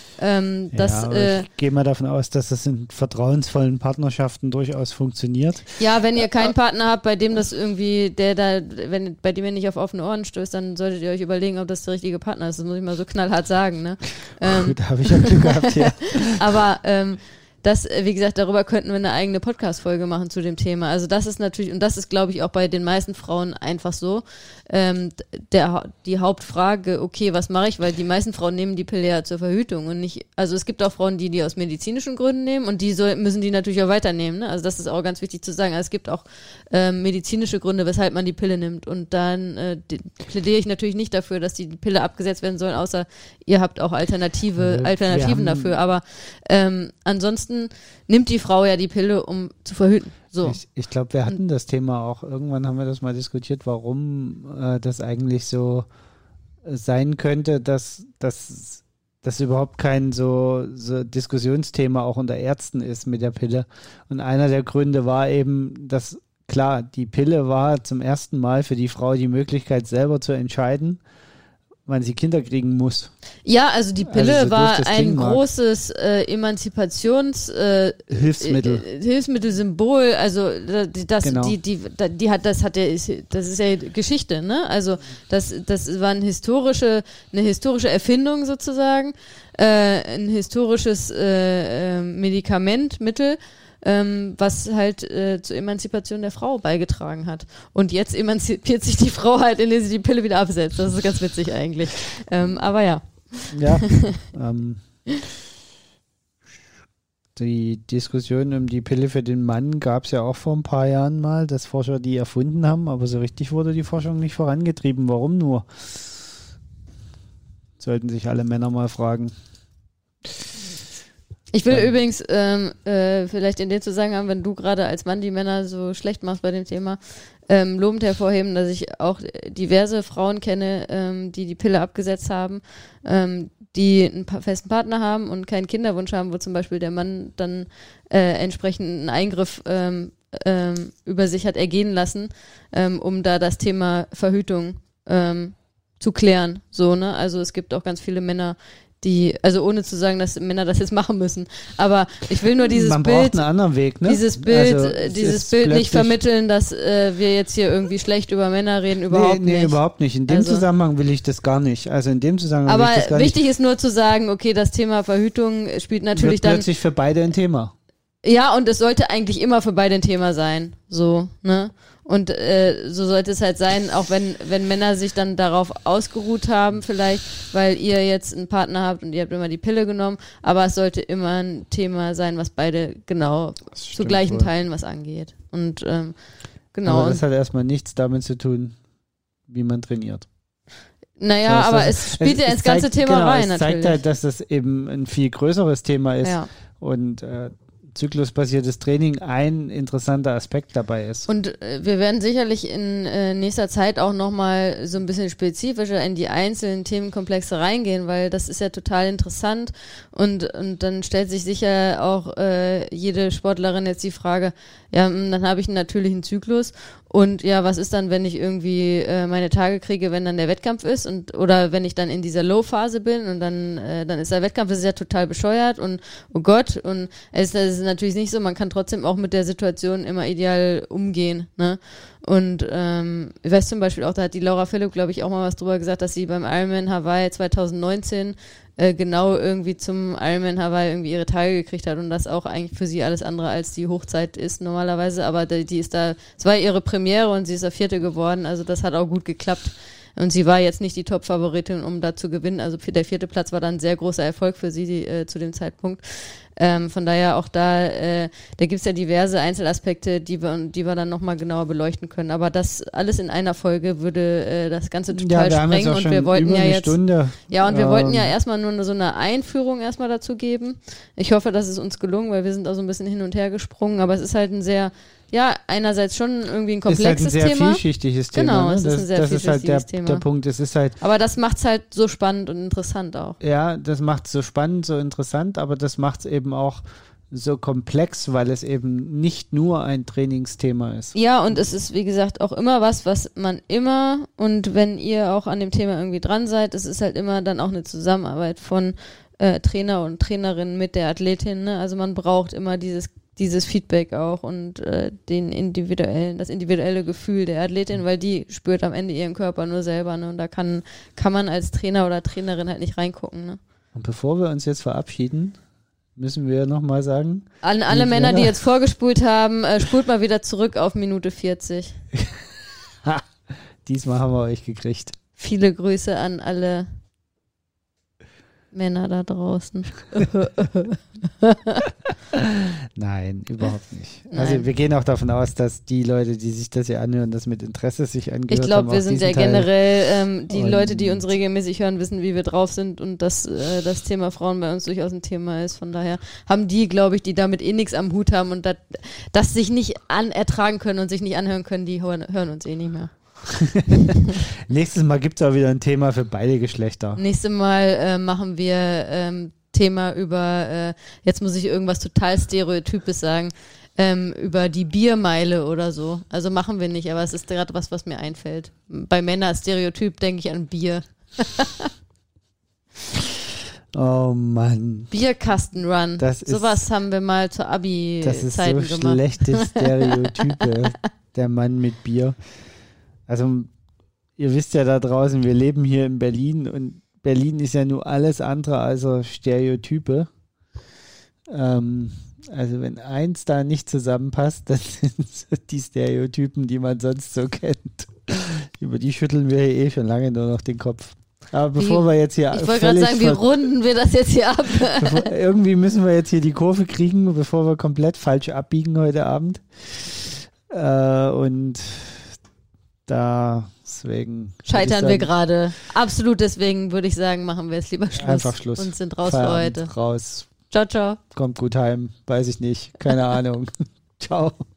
Ich gehe mal davon aus, dass das in vertrauensvollen Partnerschaften durchaus funktioniert. Ja, wenn ihr keinen Partner habt, bei dem das irgendwie, bei dem ihr nicht auf offene Ohren stößt, dann solltet ihr euch überlegen, ob das der richtige Partner ist. Das muss ich mal so knallhart sagen, ne? Gut, habe ich ja Glück gehabt, ja. Aber wie gesagt, darüber könnten wir eine eigene Podcast-Folge machen zu dem Thema. Also das ist natürlich, und das ist, glaube ich, auch bei den meisten Frauen einfach so, die Hauptfrage, okay, was mache ich? Weil die meisten Frauen nehmen die Pille ja zur Verhütung und nicht, also es gibt auch Frauen, die aus medizinischen Gründen nehmen und müssen die natürlich auch weiternehmen, ne? Also das ist auch ganz wichtig zu sagen. Also es gibt auch medizinische Gründe, weshalb man die Pille nimmt und dann plädiere ich natürlich nicht dafür, dass die Pille abgesetzt werden soll, außer ihr habt auch Alternativen dafür, aber ansonsten nimmt die Frau ja die Pille, um zu verhüten. So. Ich glaube, wir hatten das Thema auch, irgendwann haben wir das mal diskutiert, warum das eigentlich so sein könnte, dass das überhaupt kein so Diskussionsthema auch unter Ärzten ist mit der Pille. Und einer der Gründe war eben, dass klar, die Pille war zum ersten Mal für die Frau die Möglichkeit selber zu entscheiden, wann sie Kinder kriegen muss. Ja, also die Pille Also so doof war das ein klingen mag. großes Hilfsmittel. Hilfsmittelsymbol, also das Genau. das ist ja Geschichte, ne? Also das war eine historische Erfindung sozusagen, ein historisches Medikamentmittel, was halt zur Emanzipation der Frau beigetragen hat. Und jetzt emanzipiert sich die Frau halt, indem sie die Pille wieder absetzt. Das ist ganz witzig eigentlich. Aber ja. Ja. Die Diskussion um die Pille für den Mann gab es ja auch vor ein paar Jahren mal, dass Forscher die erfunden haben, aber so richtig wurde die Forschung nicht vorangetrieben. Warum nur? Sollten sich alle Männer mal fragen. Ich will übrigens vielleicht in dem Zusammenhang, wenn du gerade als Mann die Männer so schlecht machst bei dem Thema, lobend hervorheben, dass ich auch diverse Frauen kenne, die die Pille abgesetzt haben, die einen festen Partner haben und keinen Kinderwunsch haben, wo zum Beispiel der Mann dann entsprechend einen Eingriff über sich hat ergehen lassen, um da das Thema Verhütung zu klären. So, ne? Also es gibt auch ganz viele Männer, also ohne zu sagen, dass Männer das jetzt machen müssen, aber ich will nur dieses Man Bild, braucht einen anderen Weg, ne? dieses Bild Also, nicht vermitteln, dass wir jetzt hier irgendwie schlecht über Männer reden, überhaupt nicht. Nee, überhaupt nicht. In dem Also- Zusammenhang will ich das gar nicht. Also in dem Zusammenhang Aber will ich das gar nicht. wichtig ist nur zu sagen, okay, das Thema Verhütung spielt natürlich Wird dann, plötzlich für beide ein Thema. ja, und es sollte eigentlich immer für beide ein Thema sein, so, ne? Und so sollte es halt sein, auch wenn Männer sich dann darauf ausgeruht haben, vielleicht, weil ihr jetzt einen Partner habt und ihr habt immer die Pille genommen, aber es sollte immer ein Thema sein, was beide genau Das zu stimmt gleichen wohl. Teilen was angeht. Und genau. Aber das hat erstmal nichts damit zu tun, wie man trainiert. Naja, So ist aber das. es spielt ja ins ganze zeigt, Thema genau, rein, es natürlich. zeigt halt, dass das eben ein viel größeres Thema ist Ja. und zyklusbasiertes Training ein interessanter Aspekt dabei ist. Und wir werden sicherlich in nächster Zeit auch nochmal so ein bisschen spezifischer in die einzelnen Themenkomplexe reingehen, weil das ist ja total interessant und dann stellt sich sicher auch jede Sportlerin jetzt die Frage, ja, dann habe ich einen natürlichen Zyklus und ja, was ist dann, wenn ich irgendwie meine Tage kriege, wenn dann der Wettkampf ist oder wenn ich dann in dieser Low-Phase bin und dann ist der Wettkampf, das ist ja total bescheuert und oh Gott, und es ist natürlich nicht so, man kann trotzdem auch mit der Situation immer ideal umgehen, ne? Und ich weiß zum Beispiel auch, da hat die Laura Philipp, glaube ich, auch mal was drüber gesagt, dass sie beim Ironman Hawaii 2019 genau irgendwie zum Ironman Hawaii irgendwie ihre Tage gekriegt hat und das auch eigentlich für sie alles andere als die Hochzeit ist normalerweise, aber die ist da, es war ihre Premiere und sie ist da Vierte geworden, also das hat auch gut geklappt. Und sie war jetzt nicht die Top-Favoritin, um da zu gewinnen. Also der 4. Platz war dann ein sehr großer Erfolg für sie zu dem Zeitpunkt. Von daher auch da gibt's ja diverse Einzelaspekte, die wir dann nochmal genauer beleuchten können. Aber das alles in einer Folge würde das Ganze total wir haben jetzt sprengen. auch Und schon wir wollten über ja eine jetzt. Stunde. Ja, und wir wollten ja erstmal nur so eine Einführung erstmal dazu geben. Ich hoffe, das ist uns gelungen, weil wir sind auch so ein bisschen hin und her gesprungen. Aber es ist halt ein sehr, ja, einerseits schon irgendwie ein komplexes Thema. Es ist halt ein sehr Thema. vielschichtiges Thema. Genau, ne? es ist ein sehr das ist halt vielschichtiges Thema. der Punkt. Es ist halt, Aber das macht's halt so spannend und interessant auch. ja, das macht es so spannend, so interessant, aber das macht es eben auch so komplex, weil es eben nicht nur ein Trainingsthema ist. Ja, und es ist, wie gesagt, auch immer was man immer, und wenn ihr auch an dem Thema irgendwie dran seid, es ist halt immer dann auch eine Zusammenarbeit von Trainer und Trainerin mit der Athletin, ne? Also man braucht immer dieses Feedback auch und das individuelle Gefühl der Athletin, weil die spürt am Ende ihren Körper nur selber, ne? Und da kann man als Trainer oder Trainerin halt nicht reingucken, ne? Und bevor wir uns jetzt verabschieden, müssen wir nochmal sagen. An alle Männer, die jetzt vorgespult haben, spult mal wieder zurück auf Minute 40. Diesmal haben wir euch gekriegt. Viele Grüße an alle Männer da draußen. Nein, überhaupt nicht. Nein. Also wir gehen auch davon aus, dass die Leute, die sich das hier anhören, das mit Interesse sich angehört Ich haben. glaube, wir auch sind diesen sehr Teil. generell, die Und- Leute, die uns regelmäßig hören, wissen, wie wir drauf sind und dass das Thema Frauen bei uns durchaus ein Thema ist. Von daher haben die, glaube ich, die damit eh nichts am Hut haben und das sich nicht ertragen können und sich nicht anhören können, die hören uns eh nicht mehr. Nächstes Mal gibt es auch wieder ein Thema für beide Geschlechter. Nächstes Mal machen wir Thema über, jetzt muss ich irgendwas total Stereotypes sagen, über die Biermeile oder so. Also machen wir nicht, aber es ist gerade was mir einfällt. Bei Männer Stereotyp denke ich an Bier. Oh Mann. Bierkastenrun. Sowas haben wir mal zur Abi-Zeiten gemacht. Das ist so gemacht. schlechte Stereotype, der Mann mit Bier. Also ihr wisst ja da draußen, wir leben hier in Berlin und Berlin ist ja nur alles andere als Stereotype. Also wenn eins da nicht zusammenpasst, dann sind es die Stereotypen, die man sonst so kennt. Über die schütteln wir hier schon lange nur noch den Kopf. Aber bevor wir jetzt hier ich wollte gerade sagen, wie runden wir das jetzt hier ab? Irgendwie müssen wir jetzt hier die Kurve kriegen, bevor wir komplett falsch abbiegen heute Abend. Und deswegen scheitern wir gerade. Absolut, deswegen würde ich sagen, machen wir jetzt lieber Schluss. Einfach Schluss. Und sind raus Feierabend, für heute. Raus. Ciao, ciao. Kommt gut heim. Weiß ich nicht. Keine Ahnung. Ciao.